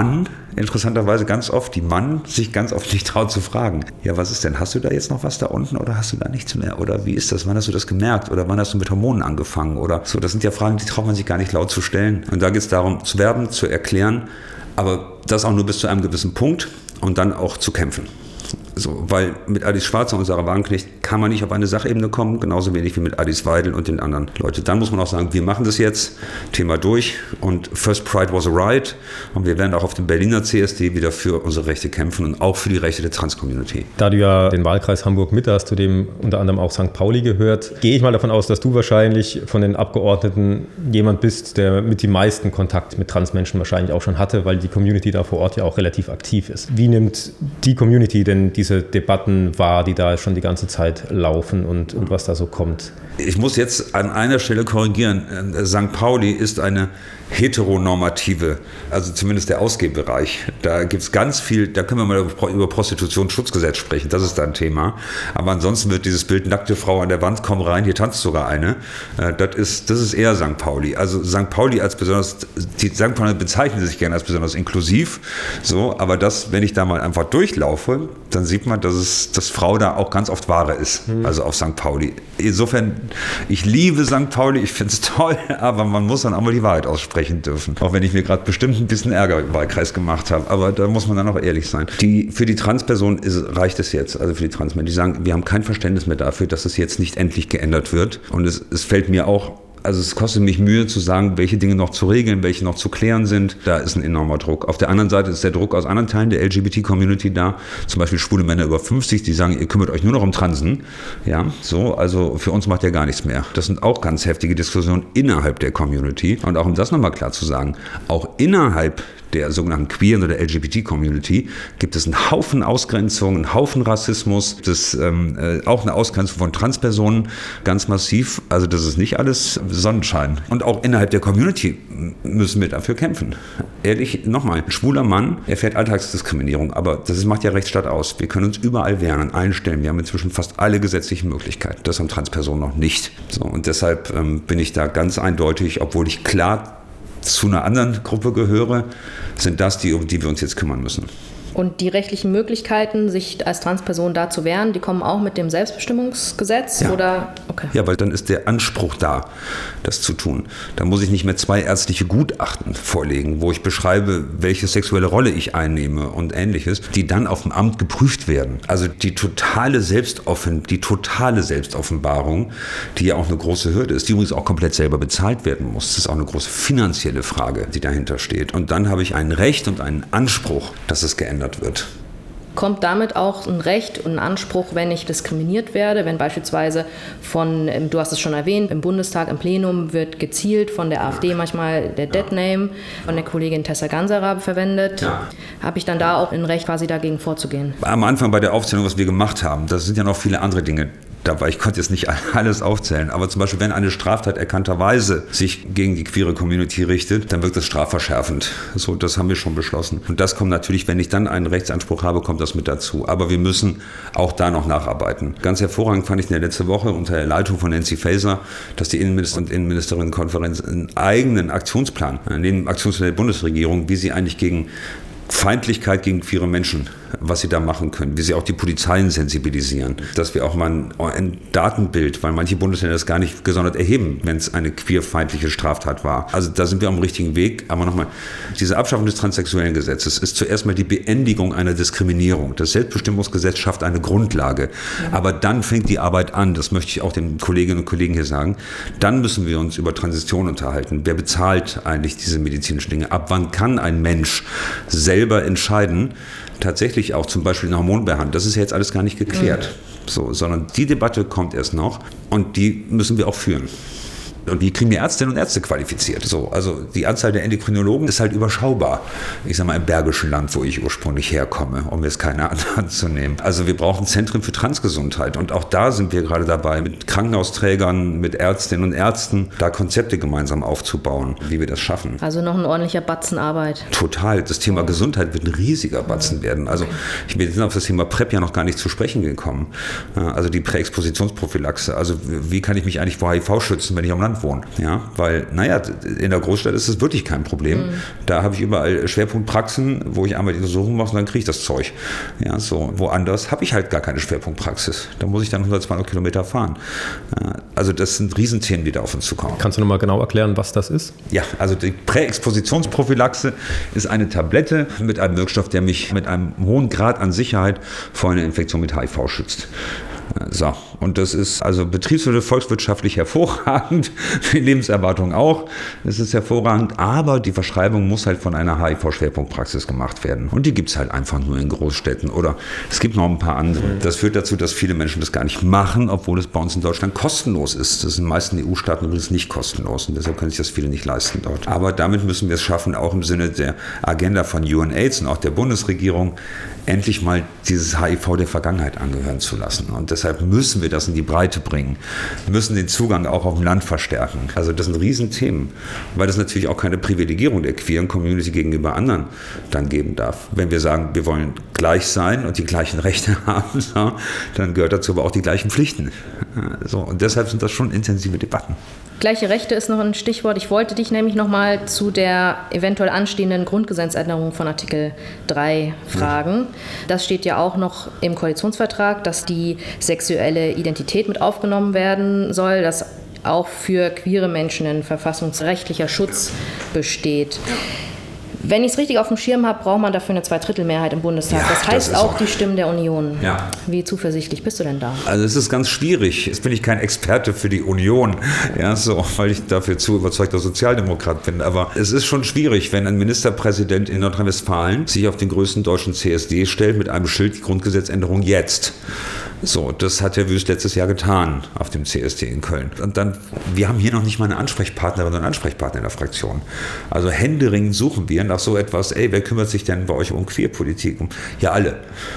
interessanterweise ganz oft die Mann sich ganz oft nicht traut zu fragen. Ja, was ist denn? Hast du da jetzt noch was da unten oder hast du da nichts mehr? Oder wie ist das? Wann hast du das gemerkt? Oder wann hast du mit Hormonen angefangen? Oder so, das sind ja Fragen, die traut man sich gar nicht laut zu stellen. Und da geht es darum, zu werben, zu erklären, aber das auch nur bis zu einem gewissen Punkt und dann auch zu kämpfen. So, weil mit Alice Schwarzer und Sarah Wagenknecht kann man nicht auf eine Sachebene kommen, genauso wenig wie mit Alice Weidel und den anderen Leuten. Dann muss man auch sagen, wir machen das jetzt, Thema durch und First Pride was a right und wir werden auch auf dem Berliner CSD wieder für unsere Rechte kämpfen und auch für die Rechte der Trans-Community. Da du ja den Wahlkreis Hamburg-Mitte hast, zu dem unter anderem auch St. Pauli gehört, gehe ich mal davon aus, dass du wahrscheinlich von den Abgeordneten jemand bist, der mit dem meisten Kontakt mit Transmenschen wahrscheinlich auch schon hatte, weil die Community da vor Ort ja auch relativ aktiv ist. Wie nimmt die Community denn diese Debatten wahr, die da schon die ganze Zeit laufen und was da so kommt? Ich muss jetzt an einer Stelle korrigieren. St. Pauli ist eine heteronormative, also zumindest der Ausgehbereich. Da gibt es ganz viel, da können wir mal über Prostitutionsschutzgesetz sprechen, das ist da ein Thema. Aber ansonsten wird dieses Bild nackte Frau an der Wand, komm rein, hier tanzt sogar eine. Das ist eher St. Pauli. Also St. Pauli als besonders, die St. Pauli bezeichnen sich gerne als besonders inklusiv, so, aber das, wenn ich da mal einfach durchlaufe, dann sieht man, dass Frau da auch ganz oft Ware ist, also auf St. Pauli. Insofern, ich liebe St. Pauli, ich finde es toll, aber man muss dann auch mal die Wahrheit aussprechen dürfen. Auch wenn ich mir gerade bestimmt ein bisschen Ärger im Wahlkreis gemacht habe, aber da muss man dann auch ehrlich sein. Für die Transpersonen reicht es jetzt, also für die Transmenschen, die sagen, wir haben kein Verständnis mehr dafür, dass es jetzt nicht endlich geändert wird und es fällt mir auch, also es kostet mich Mühe zu sagen, welche Dinge noch zu regeln, welche noch zu klären sind. Da ist ein enormer Druck. Auf der anderen Seite ist der Druck aus anderen Teilen der LGBT-Community da. Zum Beispiel schwule Männer über 50, die sagen, ihr kümmert euch nur noch um Transen. Ja, so, also für uns macht ihr gar nichts mehr. Das sind auch ganz heftige Diskussionen innerhalb der Community. Und auch um das nochmal klar zu sagen, auch innerhalb der sogenannten queeren oder LGBT-Community gibt es einen Haufen Ausgrenzungen, einen Haufen Rassismus, auch eine Ausgrenzung von Transpersonen, ganz massiv. Also das ist nicht alles Sonnenschein. Und auch innerhalb der Community müssen wir dafür kämpfen. Ehrlich, nochmal, ein schwuler Mann erfährt Alltagsdiskriminierung, aber das macht ja Rechtsstaat aus. Wir können uns überall wehren, an allen Stellen. Wir haben inzwischen fast alle gesetzlichen Möglichkeiten. Das haben Transpersonen noch nicht. So, und deshalb bin ich da ganz eindeutig, obwohl ich klar zu einer anderen Gruppe gehöre, sind das die, um die wir uns jetzt kümmern müssen. Und die rechtlichen Möglichkeiten, sich als Transperson da zu wehren, die kommen auch mit dem Selbstbestimmungsgesetz? Ja. Oder? Okay. Ja, weil dann ist der Anspruch da, das zu tun. Da muss ich nicht mehr 2 ärztliche Gutachten vorlegen, wo ich beschreibe, welche sexuelle Rolle ich einnehme und Ähnliches, die dann auf dem Amt geprüft werden. Also die totale Selbstoffenbarung, die ja auch eine große Hürde ist, die übrigens auch komplett selber bezahlt werden muss. Das ist auch eine große finanzielle Frage, die dahinter steht. Und dann habe ich ein Recht und einen Anspruch, dass es geändert wird. Kommt damit auch ein Recht und ein Anspruch, wenn ich diskriminiert werde, wenn beispielsweise du hast es schon erwähnt, im Bundestag, im Plenum wird gezielt von der AfD manchmal der Deadname von der Kollegin Tessa Ganserabe verwendet. Ja. Habe ich dann da auch ein Recht, quasi dagegen vorzugehen? Am Anfang bei der Aufzählung, was wir gemacht haben, das sind ja noch viele andere Dinge dabei. Ich konnte jetzt nicht alles aufzählen, aber zum Beispiel, wenn eine Straftat erkannterweise sich gegen die queere Community richtet, dann wirkt das strafverschärfend. So, das haben wir schon beschlossen. Und das kommt natürlich, wenn ich dann einen Rechtsanspruch habe, kommt das mit dazu. Aber wir müssen auch da noch nacharbeiten. Ganz hervorragend fand ich in der letzten Woche unter der Leitung von Nancy Faeser, dass die Innenminister- und Innenministerinnenkonferenz einen eigenen Aktionsplan, neben dem Aktionsplan der Bundesregierung, wie sie eigentlich gegen Feindlichkeit gegen queere Menschen, was sie da machen können, wie sie auch die Polizeien sensibilisieren, dass wir auch mal ein Datenbild, weil manche Bundesländer das gar nicht gesondert erheben, wenn es eine queerfeindliche Straftat war. Also da sind wir auf dem richtigen Weg. Aber nochmal, diese Abschaffung des transsexuellen Gesetzes ist zuerst mal die Beendigung einer Diskriminierung. Das Selbstbestimmungsgesetz schafft eine Grundlage. Aber dann fängt die Arbeit an, das möchte ich auch den Kolleginnen und Kollegen hier sagen, dann müssen wir uns über Transition unterhalten. Wer bezahlt eigentlich diese medizinischen Dinge? Ab wann kann ein Mensch selber entscheiden, tatsächlich auch zum Beispiel eine Hormonbehandlung, das ist ja jetzt alles gar nicht geklärt, so, sondern die Debatte kommt erst noch und die müssen wir auch führen. Und wie kriegen wir Ärztinnen und Ärzte qualifiziert? So, also die Anzahl der Endokrinologen ist halt überschaubar. Ich sage mal im Bergischen Land, wo ich ursprünglich herkomme, um jetzt keine anderen zu nehmen. Also wir brauchen Zentren für Transgesundheit. Und auch da sind wir gerade dabei, mit Krankenhausträgern, mit Ärztinnen und Ärzten, da Konzepte gemeinsam aufzubauen, wie wir das schaffen. Also noch ein ordentlicher Batzen Arbeit. Total. Das Thema Gesundheit wird ein riesiger Batzen werden. Also wir sind auf das Thema PrEP ja noch gar nicht zu sprechen gekommen. Also die Präexpositionsprophylaxe. Also wie kann ich mich eigentlich vor HIV schützen, wenn ich am Land Land wohne. Ja, weil, in der Großstadt ist es wirklich kein Problem. Da habe ich überall Schwerpunktpraxen, wo ich einmal die Untersuchung mache und dann kriege ich das Zeug. Ja, so. Woanders habe ich halt gar keine Schwerpunktpraxis. Da muss ich dann 100, 200 Kilometer fahren. Also das sind Riesenthemen, die da auf uns zukommen. Kannst du nochmal genau erklären, was das ist? Ja, also die Präexpositionsprophylaxe ist eine Tablette mit einem Wirkstoff, der mich mit einem hohen Grad an Sicherheit vor einer Infektion mit HIV schützt. So, und das ist also betriebswirtschaftlich, volkswirtschaftlich hervorragend, die Lebenserwartung auch, das ist hervorragend, aber die Verschreibung muss halt von einer HIV-Schwerpunktpraxis gemacht werden. Und die gibt es halt einfach nur in Großstädten oder es gibt noch ein paar andere. Das führt dazu, dass viele Menschen das gar nicht machen, obwohl es bei uns in Deutschland kostenlos ist. Das ist in den meisten EU-Staaten übrigens nicht kostenlos und deshalb können sich das viele nicht leisten dort. Aber damit müssen wir es schaffen, auch im Sinne der Agenda von UNAIDS und auch der Bundesregierung, endlich mal dieses HIV der Vergangenheit angehören zu lassen. Und deshalb müssen wir das in die Breite bringen. Wir müssen den Zugang auch auf dem Land verstärken. Also das sind Riesenthemen, weil das natürlich auch keine Privilegierung der queeren Community gegenüber anderen dann geben darf. Wenn wir sagen, wir wollen gleich sein und die gleichen Rechte haben, so, dann gehört dazu aber auch die gleichen Pflichten. So, und deshalb sind das schon intensive Debatten. Gleiche Rechte ist noch ein Stichwort. Ich wollte dich nämlich noch mal zu der eventuell anstehenden Grundgesetzänderung von Artikel 3 fragen. Das steht ja auch noch im Koalitionsvertrag, dass die sexuelle Identität mit aufgenommen werden soll, dass auch für queere Menschen ein verfassungsrechtlicher Schutz besteht. Wenn ich es richtig auf dem Schirm habe, braucht man dafür eine Zweidrittelmehrheit im Bundestag. Das heißt auch die Stimmen der Union. Ja. Wie zuversichtlich bist du denn da? Also es ist ganz schwierig. Jetzt bin ich kein Experte für die Union, weil ich dafür zu überzeugter Sozialdemokrat bin. Aber es ist schon schwierig, wenn ein Ministerpräsident in Nordrhein-Westfalen sich auf den größten deutschen CSD stellt mit einem Schild, die Grundgesetzänderung jetzt. So, das hat Herr Wüst letztes Jahr getan auf dem CSD in Köln. Und dann, wir haben hier noch nicht mal eine Ansprechpartnerin und Ansprechpartner in der Fraktion. Also händeringend suchen wir nach so etwas, wer kümmert sich denn bei euch um Queerpolitik? Ja, alle.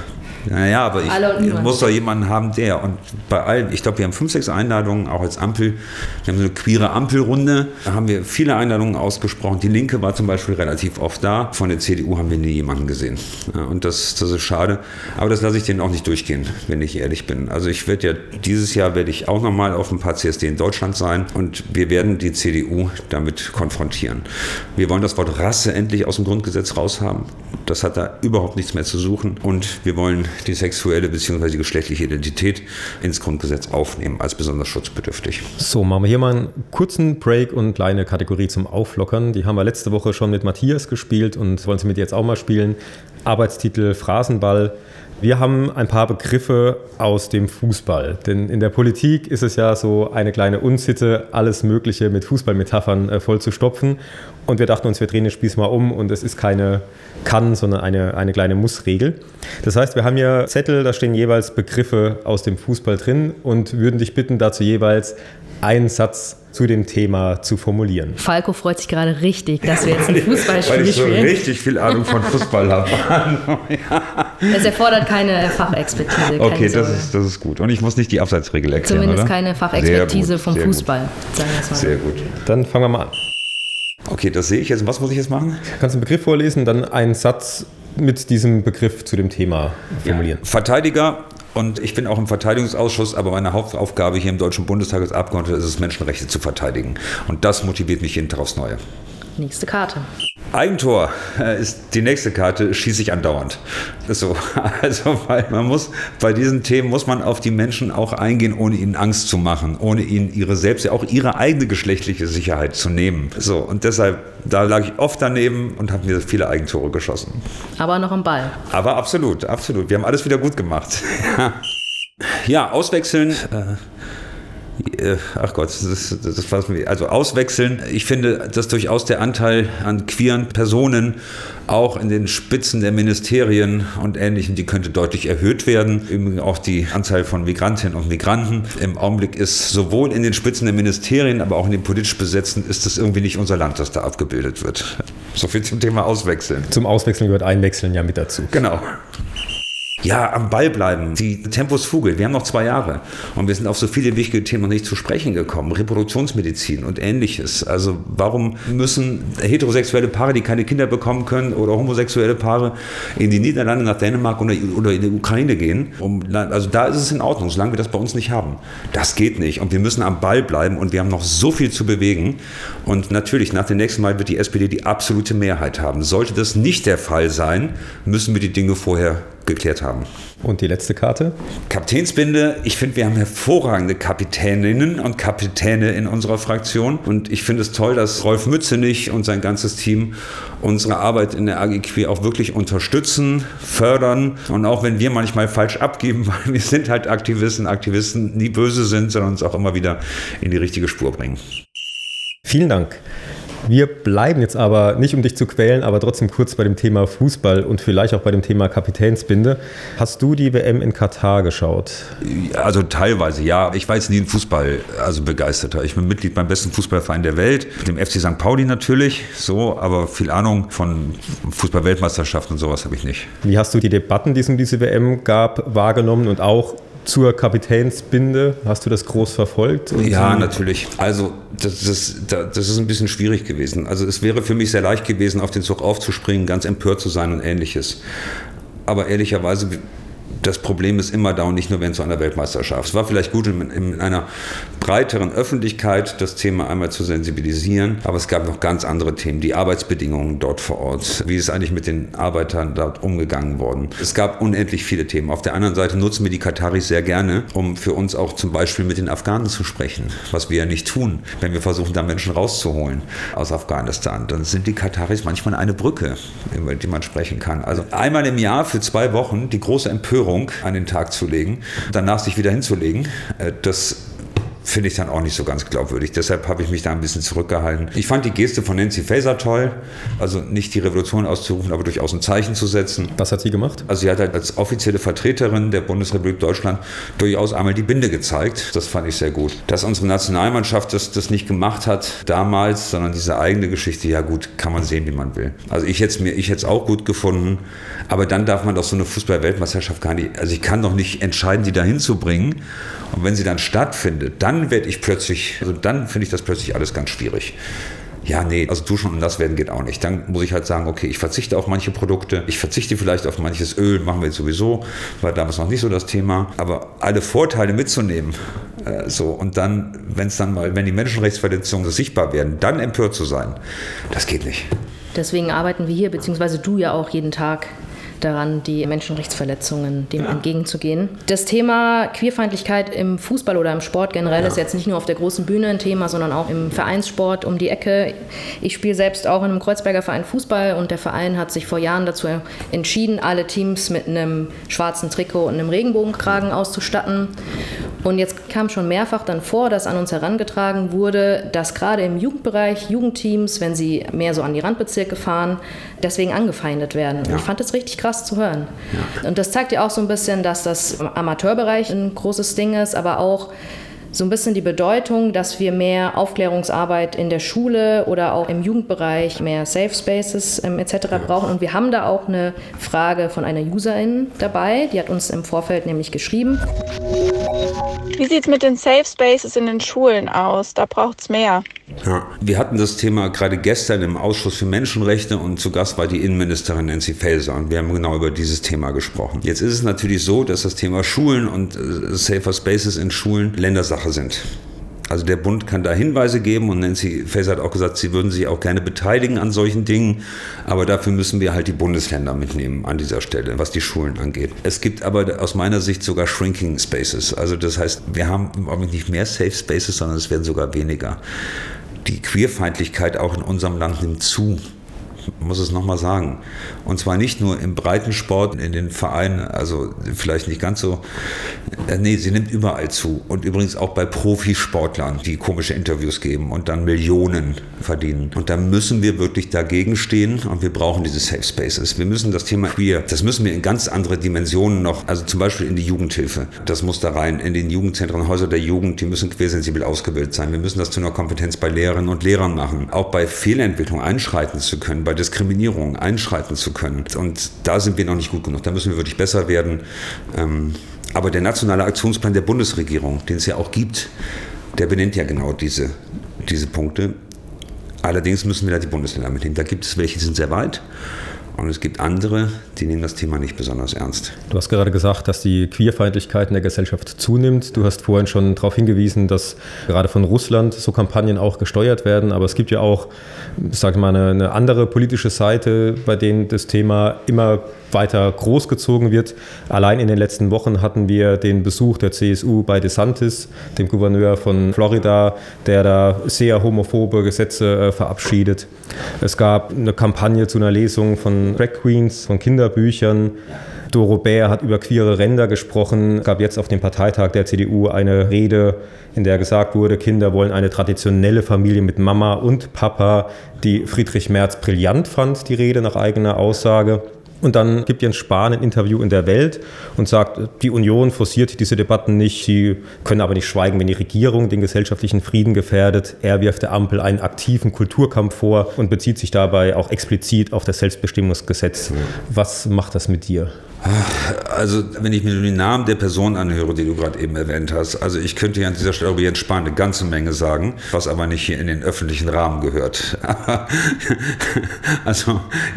Naja, aber ich muss doch jemanden haben, der. Und bei allen, ich glaube, wir haben 5, 6 Einladungen, auch als Ampel. Wir haben so eine queere Ampelrunde. Da haben wir viele Einladungen ausgesprochen. Die Linke war zum Beispiel relativ oft da. Von der CDU haben wir nie jemanden gesehen. Und das ist schade. Aber das lasse ich denen auch nicht durchgehen, wenn ich ehrlich bin. Also dieses Jahr werde ich auch nochmal auf ein paar CSD in Deutschland sein. Und wir werden die CDU damit konfrontieren. Wir wollen das Wort Rasse endlich aus dem Grundgesetz raushaben. Das hat da überhaupt nichts mehr zu suchen. Und wir wollen die sexuelle bzw. die geschlechtliche Identität ins Grundgesetz aufnehmen als besonders schutzbedürftig. So, machen wir hier mal einen kurzen Break und kleine Kategorie zum Auflockern. Die haben wir letzte Woche schon mit Matthias gespielt und wollen sie mit dir jetzt auch mal spielen. Arbeitstitel Phrasenball. Wir haben ein paar Begriffe aus dem Fußball, denn in der Politik ist es ja so eine kleine Unsitte, alles Mögliche mit Fußballmetaphern voll zu stopfen. Und wir dachten uns, wir drehen das Spiel mal um und es ist keine Kann, sondern eine kleine Muss-Regel. Das heißt, wir haben hier Zettel, da stehen jeweils Begriffe aus dem Fußball drin und würden dich bitten, dazu jeweils einen Satz zu dem Thema zu formulieren. Falco freut sich gerade richtig, dass wir jetzt ein Fußballspiel weil ich so spielen. richtig viel Ahnung von Fußball habe. Es erfordert keine Fachexpertise. Okay, das ist gut. Und ich muss nicht die Abseitsregel erklären, Zumindest oder? keine Fachexpertise vom Fußball, sagen wir es mal. Sehr gut. Dann fangen wir mal an. Okay, das sehe ich jetzt. Was muss ich jetzt machen? Du kannst einen Begriff vorlesen, dann einen Satz mit diesem Begriff zu dem Thema formulieren. Ja. Verteidiger. Und ich bin auch im Verteidigungsausschuss, aber meine Hauptaufgabe hier im Deutschen Bundestag als Abgeordneter ist es, Menschenrechte zu verteidigen. Und das motiviert mich jeden Tag aufs Neue. Nächste Karte. Eigentor ist die nächste Karte, schieße ich andauernd. So, also weil man muss, bei diesen Themen muss man auf die Menschen auch eingehen, ohne ihnen Angst zu machen, ohne ihnen auch ihre eigene geschlechtliche Sicherheit zu nehmen. So, und deshalb, da lag ich oft daneben und habe mir viele Eigentore geschossen. Aber noch am Ball. Aber absolut, absolut. Wir haben alles wieder gut gemacht. Ja, auswechseln. Ach Gott, das war also auswechseln. Ich finde, dass durchaus der Anteil an queeren Personen auch in den Spitzen der Ministerien und Ähnlichem, die könnte deutlich erhöht werden. Eben auch die Anzahl von Migrantinnen und Migranten. Im Augenblick ist sowohl in den Spitzen der Ministerien, aber auch in den politisch Besetzten ist das irgendwie nicht unser Land, das da abgebildet wird. So viel zum Thema Auswechseln. Zum Auswechseln gehört Einwechseln ja mit dazu. Genau. Ja, am Ball bleiben. Die Tempus Fugit. Wir haben noch 2 Jahre. Und wir sind auf so viele wichtige Themen noch nicht zu sprechen gekommen. Reproduktionsmedizin und Ähnliches. Also warum müssen heterosexuelle Paare, die keine Kinder bekommen können, oder homosexuelle Paare in die Niederlande, nach Dänemark oder in die Ukraine gehen? Also da ist es in Ordnung, solange wir das bei uns nicht haben. Das geht nicht. Und wir müssen am Ball bleiben und wir haben noch so viel zu bewegen. Und natürlich, nach dem nächsten Mal wird die SPD die absolute Mehrheit haben. Sollte das nicht der Fall sein, müssen wir die Dinge vorher geklärt haben. Und die letzte Karte? Kapitänsbinde. Ich finde, wir haben hervorragende Kapitäninnen und Kapitäne in unserer Fraktion. Und ich finde es toll, dass Rolf Mützenich und sein ganzes Team unsere Arbeit in der AG Queer auch wirklich unterstützen, fördern. Und auch wenn wir manchmal falsch abgeben, weil wir sind halt Aktivisten nie böse sind, sondern uns auch immer wieder in die richtige Spur bringen. Vielen Dank. Wir bleiben jetzt aber nicht, um dich zu quälen, aber trotzdem kurz bei dem Thema Fußball und vielleicht auch bei dem Thema Kapitänsbinde. Hast du die WM in Katar geschaut? Also teilweise, ja. Ich war jetzt nie ein Fußball, begeisterter. Ich bin Mitglied beim besten Fußballverein der Welt, dem FC St. Pauli natürlich, so, aber viel Ahnung von Fußball-Weltmeisterschaft und sowas habe ich nicht. Wie hast du die Debatten, die es um diese WM gab, wahrgenommen und auch zur Kapitänsbinde? Hast du das groß verfolgt? Ja, natürlich. Also das ist ein bisschen schwierig gewesen. Also es wäre für mich sehr leicht gewesen, auf den Zug aufzuspringen, ganz empört zu sein und Ähnliches. Aber ehrlicherweise, das Problem ist immer da und nicht nur während so einer Weltmeisterschaft. Es war vielleicht gut, in einer breiteren Öffentlichkeit das Thema einmal zu sensibilisieren, aber es gab noch ganz andere Themen, die Arbeitsbedingungen dort vor Ort, wie ist eigentlich mit den Arbeitern dort umgegangen worden. Es gab unendlich viele Themen. Auf der anderen Seite nutzen wir die Kataris sehr gerne, um für uns auch zum Beispiel mit den Afghanen zu sprechen, was wir ja nicht tun, wenn wir versuchen, da Menschen rauszuholen aus Afghanistan. Dann sind die Kataris manchmal eine Brücke, über die man sprechen kann. Also einmal im Jahr für 2 Wochen die große Empörung an den Tag zu legen, danach sich wieder hinzulegen, das finde ich dann auch nicht so ganz glaubwürdig. Deshalb habe ich mich da ein bisschen zurückgehalten. Ich fand die Geste von Nancy Faeser toll, also nicht die Revolution auszurufen, aber durchaus ein Zeichen zu setzen. Was hat sie gemacht? Also sie hat halt als offizielle Vertreterin der Bundesrepublik Deutschland durchaus einmal die Binde gezeigt. Das fand ich sehr gut. Dass unsere Nationalmannschaft das nicht gemacht hat damals, sondern diese eigene Geschichte, ja gut, kann man sehen, wie man will. Also ich hätte es auch gut gefunden, aber dann darf man doch so eine Fußball-Weltmeisterschaft gar nicht, also ich kann doch nicht entscheiden, die da hinzubringen. Und wenn sie dann stattfindet, dann finde ich das plötzlich alles ganz schwierig. Ja, nee, also duschen und nass werden geht auch nicht. Dann muss ich halt sagen, okay, ich verzichte auf manche Produkte, ich verzichte vielleicht auf manches Öl, machen wir jetzt sowieso, war damals noch nicht so das Thema. Aber alle Vorteile mitzunehmen, und dann, wenn die Menschenrechtsverletzungen sichtbar werden, dann empört zu sein, das geht nicht. Deswegen arbeiten wir hier, beziehungsweise du ja auch jeden Tag daran, die Menschenrechtsverletzungen dem entgegenzugehen. Das Thema Queerfeindlichkeit im Fußball oder im Sport generell ist jetzt nicht nur auf der großen Bühne ein Thema, sondern auch im Vereinssport um die Ecke. Ich spiele selbst auch in einem Kreuzberger Verein Fußball und der Verein hat sich vor Jahren dazu entschieden, alle Teams mit einem schwarzen Trikot und einem Regenbogenkragen auszustatten. Und jetzt kam schon mehrfach dann vor, dass an uns herangetragen wurde, dass gerade im Jugendbereich Jugendteams, wenn sie mehr so an die Randbezirke fahren, deswegen angefeindet werden. Und ich fand das richtig krass zu hören. Ja. Und das zeigt ja auch so ein bisschen, dass das im Amateurbereich ein großes Ding ist, aber auch so ein bisschen die Bedeutung, dass wir mehr Aufklärungsarbeit in der Schule oder auch im Jugendbereich, mehr Safe Spaces etc. brauchen. Und wir haben da auch eine Frage von einer Userin dabei, die hat uns im Vorfeld nämlich geschrieben. Wie sieht es mit den Safe Spaces in den Schulen aus? Da braucht es mehr. Ja, wir hatten das Thema gerade gestern im Ausschuss für Menschenrechte und zu Gast war die Innenministerin Nancy Faeser und wir haben genau über dieses Thema gesprochen. Jetzt ist es natürlich so, dass das Thema Schulen und Safer Spaces in Schulen Ländersache sind. Also der Bund kann da Hinweise geben und Nancy Faeser hat auch gesagt, sie würden sich auch gerne beteiligen an solchen Dingen, aber dafür müssen wir halt die Bundesländer mitnehmen an dieser Stelle, was die Schulen angeht. Es gibt aber aus meiner Sicht sogar Shrinking Spaces, also das heißt, wir haben nicht mehr Safe Spaces, sondern es werden sogar weniger. Die Queerfeindlichkeit auch in unserem Land nimmt zu. Ich muss es nochmal sagen. Und zwar nicht nur im Breitensport, in den Vereinen, also vielleicht nicht ganz so. Nee, sie nimmt überall zu. Und übrigens auch bei Profisportlern, die komische Interviews geben und dann Millionen verdienen. Und da müssen wir wirklich dagegen stehen und wir brauchen diese Safe Spaces. Wir müssen das Thema Queer, das müssen wir in ganz andere Dimensionen noch, also zum Beispiel in die Jugendhilfe. Das muss da rein, in den Jugendzentren, Häuser der Jugend, die müssen queersensibel ausgebildet sein. Wir müssen das zu einer Kompetenz bei Lehrerinnen und Lehrern machen. Auch bei Fehlentwicklung einschreiten zu können, bei bei Diskriminierung einschreiten zu können. Und da sind wir noch nicht gut genug. Da müssen wir wirklich besser werden. Aber der nationale Aktionsplan der Bundesregierung, den es ja auch gibt, der benennt ja genau diese Punkte. Allerdings müssen wir da die Bundesländer mitnehmen. Da gibt es welche, die sind sehr weit. Und es gibt andere, die nehmen das Thema nicht besonders ernst. Du hast gerade gesagt, dass die Queerfeindlichkeit in der Gesellschaft zunimmt. Du hast vorhin schon darauf hingewiesen, dass gerade von Russland so Kampagnen auch gesteuert werden. Aber es gibt ja auch, sag mal, eine andere politische Seite, bei denen das Thema immer weiter großgezogen wird. Allein in den letzten Wochen hatten wir den Besuch der CSU bei DeSantis, dem Gouverneur von Florida, der da sehr homophobe Gesetze verabschiedet. Es gab eine Kampagne zu einer Lesung von Drag Queens, von Kinderbüchern. Doro Bär hat über queere Ränder gesprochen. Es gab jetzt auf dem Parteitag der CDU eine Rede, in der gesagt wurde, Kinder wollen eine traditionelle Familie mit Mama und Papa, die Friedrich Merz brillant fand, die Rede nach eigener Aussage. Und dann gibt Jens Spahn ein Interview in der Welt und sagt, die Union forciert diese Debatten nicht, sie können aber nicht schweigen, wenn die Regierung den gesellschaftlichen Frieden gefährdet. Er wirft der Ampel einen aktiven Kulturkampf vor und bezieht sich dabei auch explizit auf das Selbstbestimmungsgesetz. Was macht das mit dir? Also, wenn ich mir den Namen der Person anhöre, die du gerade eben erwähnt hast, also ich könnte ja an dieser Stelle über Jens Spahn eine ganze Menge sagen, was aber nicht hier in den öffentlichen Rahmen gehört. Also,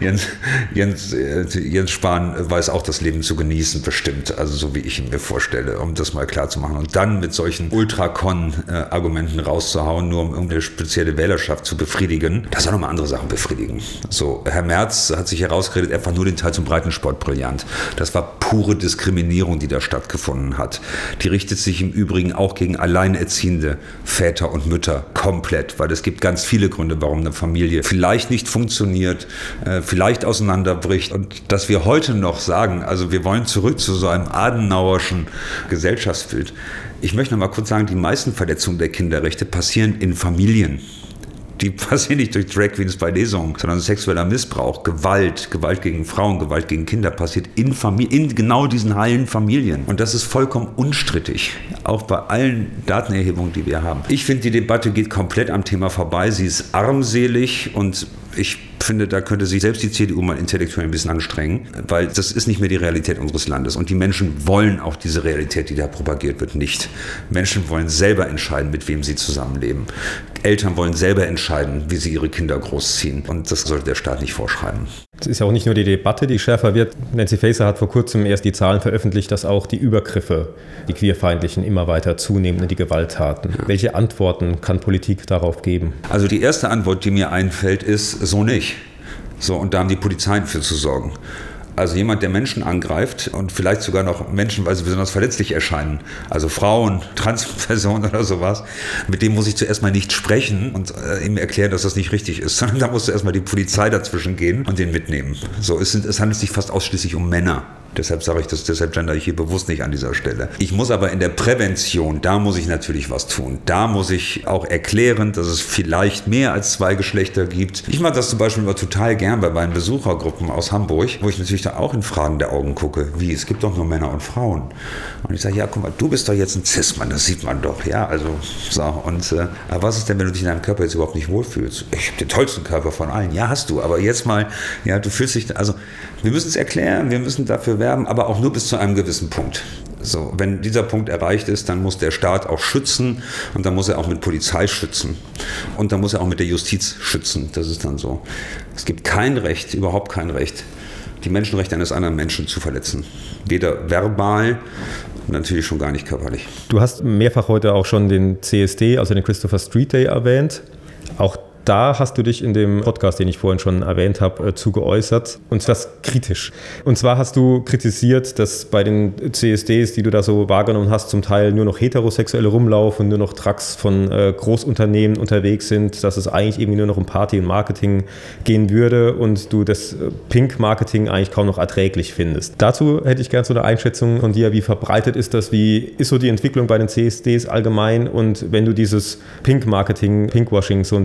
Jens Spahn weiß auch das Leben zu genießen, bestimmt, also so wie ich ihn mir vorstelle, um das mal klar zu machen. Und dann mit solchen Ultrakon-Argumenten rauszuhauen, nur um irgendeine spezielle Wählerschaft zu befriedigen, das soll nochmal andere Sachen befriedigen. So, Herr Merz hat sich herausgeredet, er fand nur den Teil zum Breitensport brillant. Das war pure Diskriminierung, die da stattgefunden hat. Die richtet sich im Übrigen auch gegen alleinerziehende Väter und Mütter komplett, weil es gibt ganz viele Gründe, warum eine Familie vielleicht nicht funktioniert, vielleicht auseinanderbricht. Und dass wir heute noch sagen, also wir wollen zurück zu so einem adenauerschen Gesellschaftsbild. Ich möchte noch mal kurz sagen, die meisten Verletzungen der Kinderrechte passieren in Familien. Die passieren nicht durch Drag Queens bei Lesungen, sondern sexueller Missbrauch, Gewalt gegen Frauen, Gewalt gegen Kinder passiert in genau diesen heilen Familien. Und das ist vollkommen unstrittig, auch bei allen Datenerhebungen, die wir haben. Ich finde, die Debatte geht komplett am Thema vorbei. Sie ist armselig und ich finde, da könnte sich selbst die CDU mal intellektuell ein bisschen anstrengen, weil das ist nicht mehr die Realität unseres Landes. Und die Menschen wollen auch diese Realität, die da propagiert wird, nicht. Menschen wollen selber entscheiden, mit wem sie zusammenleben. Eltern wollen selber entscheiden, wie sie ihre Kinder großziehen. Und das sollte der Staat nicht vorschreiben. Es ist ja auch nicht nur die Debatte, die schärfer wird. Nancy Faeser hat vor kurzem erst die Zahlen veröffentlicht, dass auch die Übergriffe, die queerfeindlichen, immer weiter zunehmen in die Gewalttaten. Ja. Welche Antworten kann Politik darauf geben? Also die erste Antwort, die mir einfällt, ist so nicht. So, und da haben die Polizeien für zu sorgen. Also jemand, der Menschen angreift und vielleicht sogar noch Menschen, weil sie besonders verletzlich erscheinen, also Frauen, Transpersonen oder sowas, mit dem muss ich zuerst mal nicht sprechen und ihm erklären, dass das nicht richtig ist, sondern da muss zuerst mal die Polizei dazwischen gehen und den mitnehmen. So, es handelt sich fast ausschließlich um Männer. Deshalb sage ich das, deshalb gendere ich hier bewusst nicht an dieser Stelle. Ich muss aber in der Prävention, da muss ich natürlich was tun. Da muss ich auch erklären, dass es vielleicht mehr als 2 Geschlechter gibt. Ich mache das zum Beispiel immer total gern bei meinen Besuchergruppen aus Hamburg, wo ich natürlich da auch in Fragen der Augen gucke. Wie, es gibt doch nur Männer und Frauen. Und ich sage, ja, guck mal, du bist doch jetzt ein Cis-Mann, das sieht man doch. Ja, also, so. Und aber was ist denn, wenn du dich in deinem Körper jetzt überhaupt nicht wohlfühlst? Ich habe den tollsten Körper von allen. Ja, hast du, aber jetzt mal, ja, du fühlst dich, also, wir müssen es erklären, wir müssen dafür werben, aber auch nur bis zu einem gewissen Punkt. So, wenn dieser Punkt erreicht ist, dann muss der Staat auch schützen und dann muss er auch mit Polizei schützen und dann muss er auch mit der Justiz schützen. Das ist dann so. Es gibt kein Recht, überhaupt kein Recht, die Menschenrechte eines anderen Menschen zu verletzen. Weder verbal, natürlich schon gar nicht körperlich. Du hast mehrfach heute auch schon den CSD, also den Christopher Street Day, erwähnt. Auch da hast du dich in dem Podcast, den ich vorhin schon erwähnt habe, zu geäußert, und zwar kritisch. Und zwar hast du kritisiert, dass bei den CSDs, die du da so wahrgenommen hast, zum Teil nur noch Heterosexuelle rumlaufen, nur noch Trucks von Großunternehmen unterwegs sind, dass es eigentlich irgendwie nur noch um Party und Marketing gehen würde und du das Pink-Marketing eigentlich kaum noch erträglich findest. Dazu hätte ich gerne so eine Einschätzung von dir, wie verbreitet ist das, wie ist so die Entwicklung bei den CSDs allgemein, und wenn du dieses Pink-Marketing, Pinkwashing so ein bisschen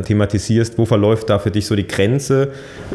thematisierst, wo verläuft da für dich so die Grenze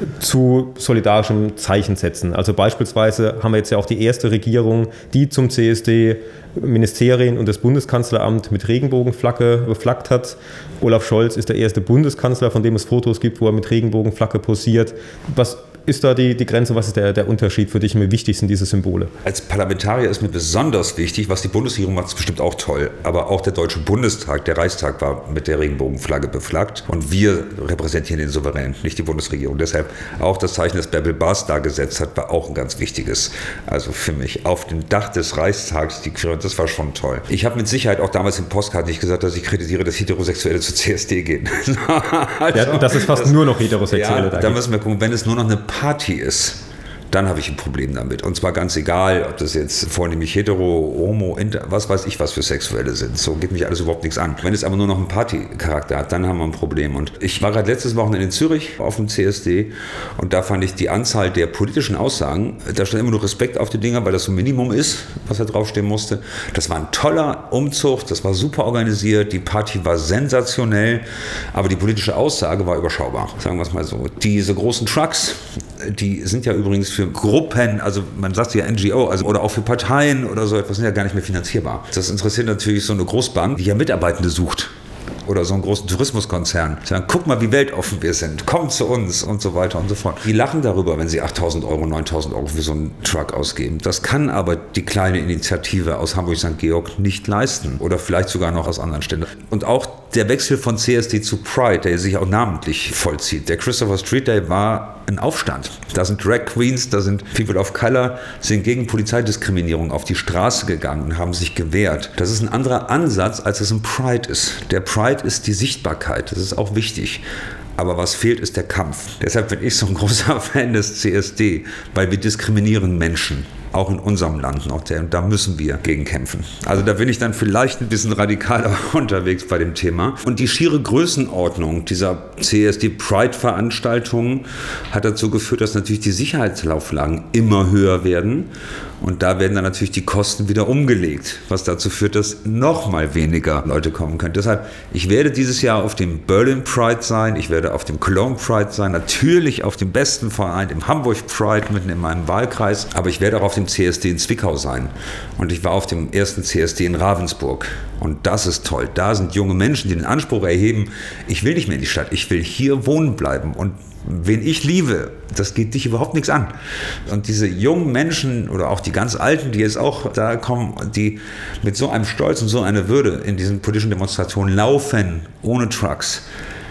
zu solidarischem Zeichensetzen? Also beispielsweise haben wir jetzt ja auch die erste Regierung, die zum CSD Ministerien und das Bundeskanzleramt mit Regenbogenflagge beflaggt hat. Olaf Scholz ist der erste Bundeskanzler, von dem es Fotos gibt, wo er mit Regenbogenflagge posiert. Was ist da die Grenze? Was ist der Unterschied für dich? Wie wichtig sind diese Symbole? Als Parlamentarier ist mir besonders wichtig, was die Bundesregierung macht, ist bestimmt auch toll, aber auch der Deutsche Bundestag, der Reichstag war mit der Regenbogenflagge beflaggt und wir repräsentieren den Souverän, nicht die Bundesregierung. Deshalb auch das Zeichen, das Bärbel Bas da gesetzt hat, war auch ein ganz wichtiges. Also für mich auf dem Dach des Reichstags, das war schon toll. Ich habe mit Sicherheit auch damals im Postcard nicht gesagt, dass ich kritisiere, dass Heterosexuelle zur CSD gehen. Also, ja, das ist fast nur noch Heterosexuelle. Ja, da müssen wir gucken, wenn es nur noch eine Party ist, dann habe ich ein Problem damit. Und zwar ganz egal, ob das jetzt vornehmlich hetero, homo, inter, was weiß ich, was für Sexuelle sind. So geht mich alles überhaupt nichts an. Wenn es aber nur noch einen Partycharakter hat, dann haben wir ein Problem. Und ich war gerade letztes Wochenende in Zürich auf dem CSD und da fand ich die Anzahl der politischen Aussagen, da stand immer nur Respekt auf die Dinger, weil das so ein Minimum ist, was da draufstehen musste. Das war ein toller Umzug, das war super organisiert, die Party war sensationell, aber die politische Aussage war überschaubar, sagen wir es mal so. Diese großen Trucks, die sind ja übrigens für Gruppen, also man sagt ja NGO, also oder auch für Parteien oder so etwas, sind ja gar nicht mehr finanzierbar. Das interessiert natürlich so eine Großbank, die ja Mitarbeitende sucht. Oder so einen großen Tourismuskonzern. Sagen, guck mal, wie weltoffen wir sind, komm zu uns und so weiter und so fort. Die lachen darüber, wenn sie 8.000 Euro, 9.000 Euro für so einen Truck ausgeben. Das kann aber die kleine Initiative aus Hamburg-St. Georg nicht leisten. Oder vielleicht sogar noch aus anderen Städten. Und auch der Wechsel von CSD zu Pride, der sich auch namentlich vollzieht. Der Christopher Street Day war ein Aufstand. Da sind Drag Queens, da sind People of Color, sind gegen Polizeidiskriminierung auf die Straße gegangen und haben sich gewehrt. Das ist ein anderer Ansatz, als es ein Pride ist. Der Pride ist die Sichtbarkeit, das ist auch wichtig. Aber was fehlt, ist der Kampf. Deshalb bin ich so ein großer Fan des CSD, weil wir diskriminieren Menschen. Auch in unserem Land noch, und da müssen wir gegen kämpfen. Also da bin ich dann vielleicht ein bisschen radikaler unterwegs bei dem Thema. Und die schiere Größenordnung dieser CSD-Pride-Veranstaltungen hat dazu geführt, dass natürlich die Sicherheitsauflagen immer höher werden. Und da werden dann natürlich die Kosten wieder umgelegt, was dazu führt, dass noch mal weniger Leute kommen können. Deshalb, ich werde dieses Jahr auf dem Berlin Pride sein, ich werde auf dem Cologne Pride sein, natürlich auf dem besten Verein im Hamburg Pride, mitten in meinem Wahlkreis, aber ich werde auch auf dem CSD in Zwickau sein. Und ich war auf dem ersten CSD in Ravensburg. Und das ist toll. Da sind junge Menschen, die den Anspruch erheben, ich will nicht mehr in die Stadt, ich will hier wohnen bleiben. Und wen ich liebe, das geht dich überhaupt nichts an. Und diese jungen Menschen oder auch die ganz Alten, die jetzt auch da kommen, die mit so einem Stolz und so einer Würde in diesen politischen Demonstrationen laufen, ohne Trucks,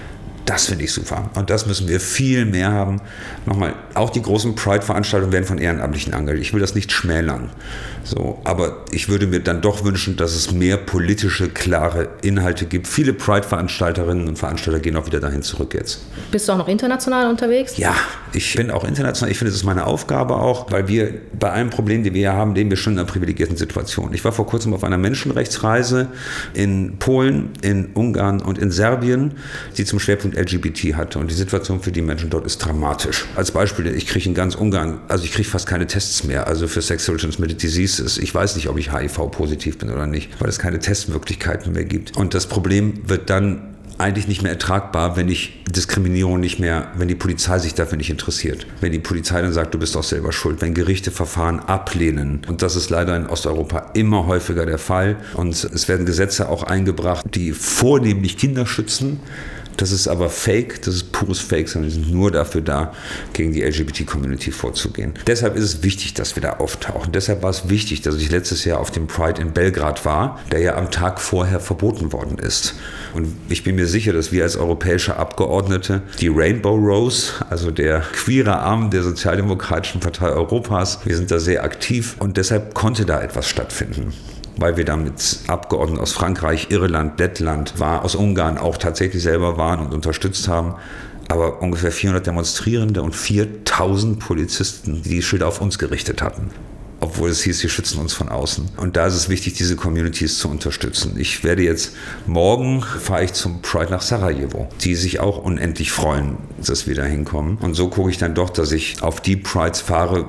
das finde ich super. Und das müssen wir viel mehr haben. Nochmal, auch die großen Pride-Veranstaltungen werden von Ehrenamtlichen angeleitet. Ich will das nicht schmälern. So, aber ich würde mir dann doch wünschen, dass es mehr politische, klare Inhalte gibt. Viele Pride-Veranstalterinnen und Veranstalter gehen auch wieder dahin zurück jetzt. Bist du auch noch international unterwegs? Ja, ich bin auch international. Ich finde, das ist meine Aufgabe auch, weil wir bei allen Problemen, die wir hier haben, leben wir schon in einer privilegierten Situation. Ich war vor kurzem auf einer Menschenrechtsreise in Polen, in Ungarn und in Serbien, die zum Schwerpunkt LGBT hatte. Und die Situation für die Menschen dort ist dramatisch. Als Beispiel, ich kriege in ganz Ungarn, also ich kriege fast keine Tests mehr, also für Sexual Transmitted Diseases. Ich weiß nicht, ob ich HIV-positiv bin oder nicht, weil es keine Testmöglichkeiten mehr gibt. Und das Problem wird dann eigentlich nicht mehr ertragbar, wenn ich Diskriminierung nicht mehr, wenn die Polizei sich dafür nicht interessiert. Wenn die Polizei dann sagt, du bist doch selber schuld. Wenn Gerichte Verfahren ablehnen. Und das ist leider in Osteuropa immer häufiger der Fall. Und es werden Gesetze auch eingebracht, die vornehmlich Kinder schützen. Das ist aber Fake, das ist pures Fake, sondern die sind nur dafür da, gegen die LGBT-Community vorzugehen. Deshalb ist es wichtig, dass wir da auftauchen. Deshalb war es wichtig, dass ich letztes Jahr auf dem Pride in Belgrad war, der ja am Tag vorher verboten worden ist. Und ich bin mir sicher, dass wir als europäische Abgeordnete die Rainbow Rose, also der queere Arm der Sozialdemokratischen Partei Europas, wir sind da sehr aktiv und deshalb konnte da etwas stattfinden. Weil wir da mit Abgeordneten aus Frankreich, Irland, Lettland, aus Ungarn auch tatsächlich selber waren und unterstützt haben. Aber ungefähr 400 Demonstrierende und 4.000 Polizisten, die Schilder auf uns gerichtet hatten. Obwohl es hieß, sie schützen uns von außen. Und da ist es wichtig, diese Communities zu unterstützen. Ich werde jetzt, morgen fahre ich zum Pride nach Sarajevo, die sich auch unendlich freuen, dass wir da hinkommen. Und so gucke ich dann doch, dass ich auf die Prides fahre,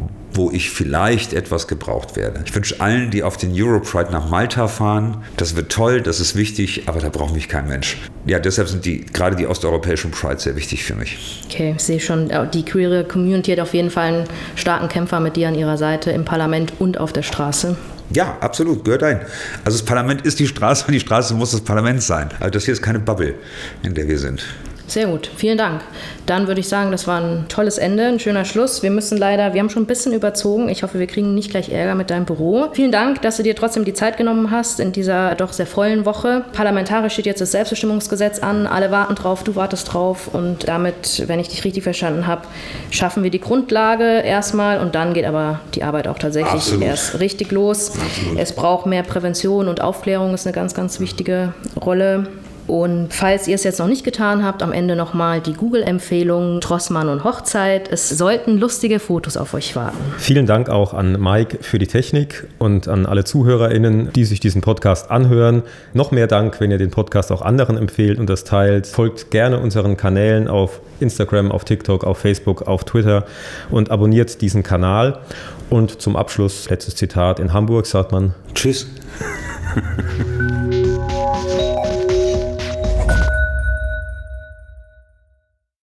wo ich vielleicht etwas gebraucht werde. Ich wünsche allen, die auf den Europride nach Malta fahren, das wird toll, das ist wichtig, aber da braucht mich kein Mensch. ja, deshalb sind gerade die osteuropäischen Prides sehr wichtig für mich. Okay, ich sehe schon, die queere Community hat auf jeden Fall einen starken Kämpfer mit dir an ihrer Seite im Parlament und auf der Straße. Ja, absolut, gehört ein. Also das Parlament ist die Straße und die Straße muss das Parlament sein. Also das hier ist keine Bubble, in der wir sind. Sehr gut, vielen Dank. Dann würde ich sagen, das war ein tolles Ende, ein schöner Schluss. Wir haben schon ein bisschen überzogen. Ich hoffe, wir kriegen nicht gleich Ärger mit deinem Büro. Vielen Dank, dass du dir trotzdem die Zeit genommen hast in dieser doch sehr vollen Woche. Parlamentarisch steht jetzt das Selbstbestimmungsgesetz an. Alle warten drauf, du wartest drauf. Und damit, wenn ich dich richtig verstanden habe, schaffen wir die Grundlage erstmal und dann geht aber die Arbeit auch tatsächlich erst richtig los. Absolut. Es braucht mehr Prävention und Aufklärung, ist eine ganz, ganz wichtige Rolle. Und falls ihr es jetzt noch nicht getan habt, am Ende nochmal die Google-Empfehlung Drossmann und Hochzeit. Es sollten lustige Fotos auf euch warten. Vielen Dank auch an Mike für die Technik und an alle ZuhörerInnen, die sich diesen Podcast anhören. Noch mehr Dank, wenn ihr den Podcast auch anderen empfehlt und das teilt. Folgt gerne unseren Kanälen auf Instagram, auf TikTok, auf Facebook, auf Twitter und abonniert diesen Kanal. Und zum Abschluss, letztes Zitat, in Hamburg sagt man: Tschüss.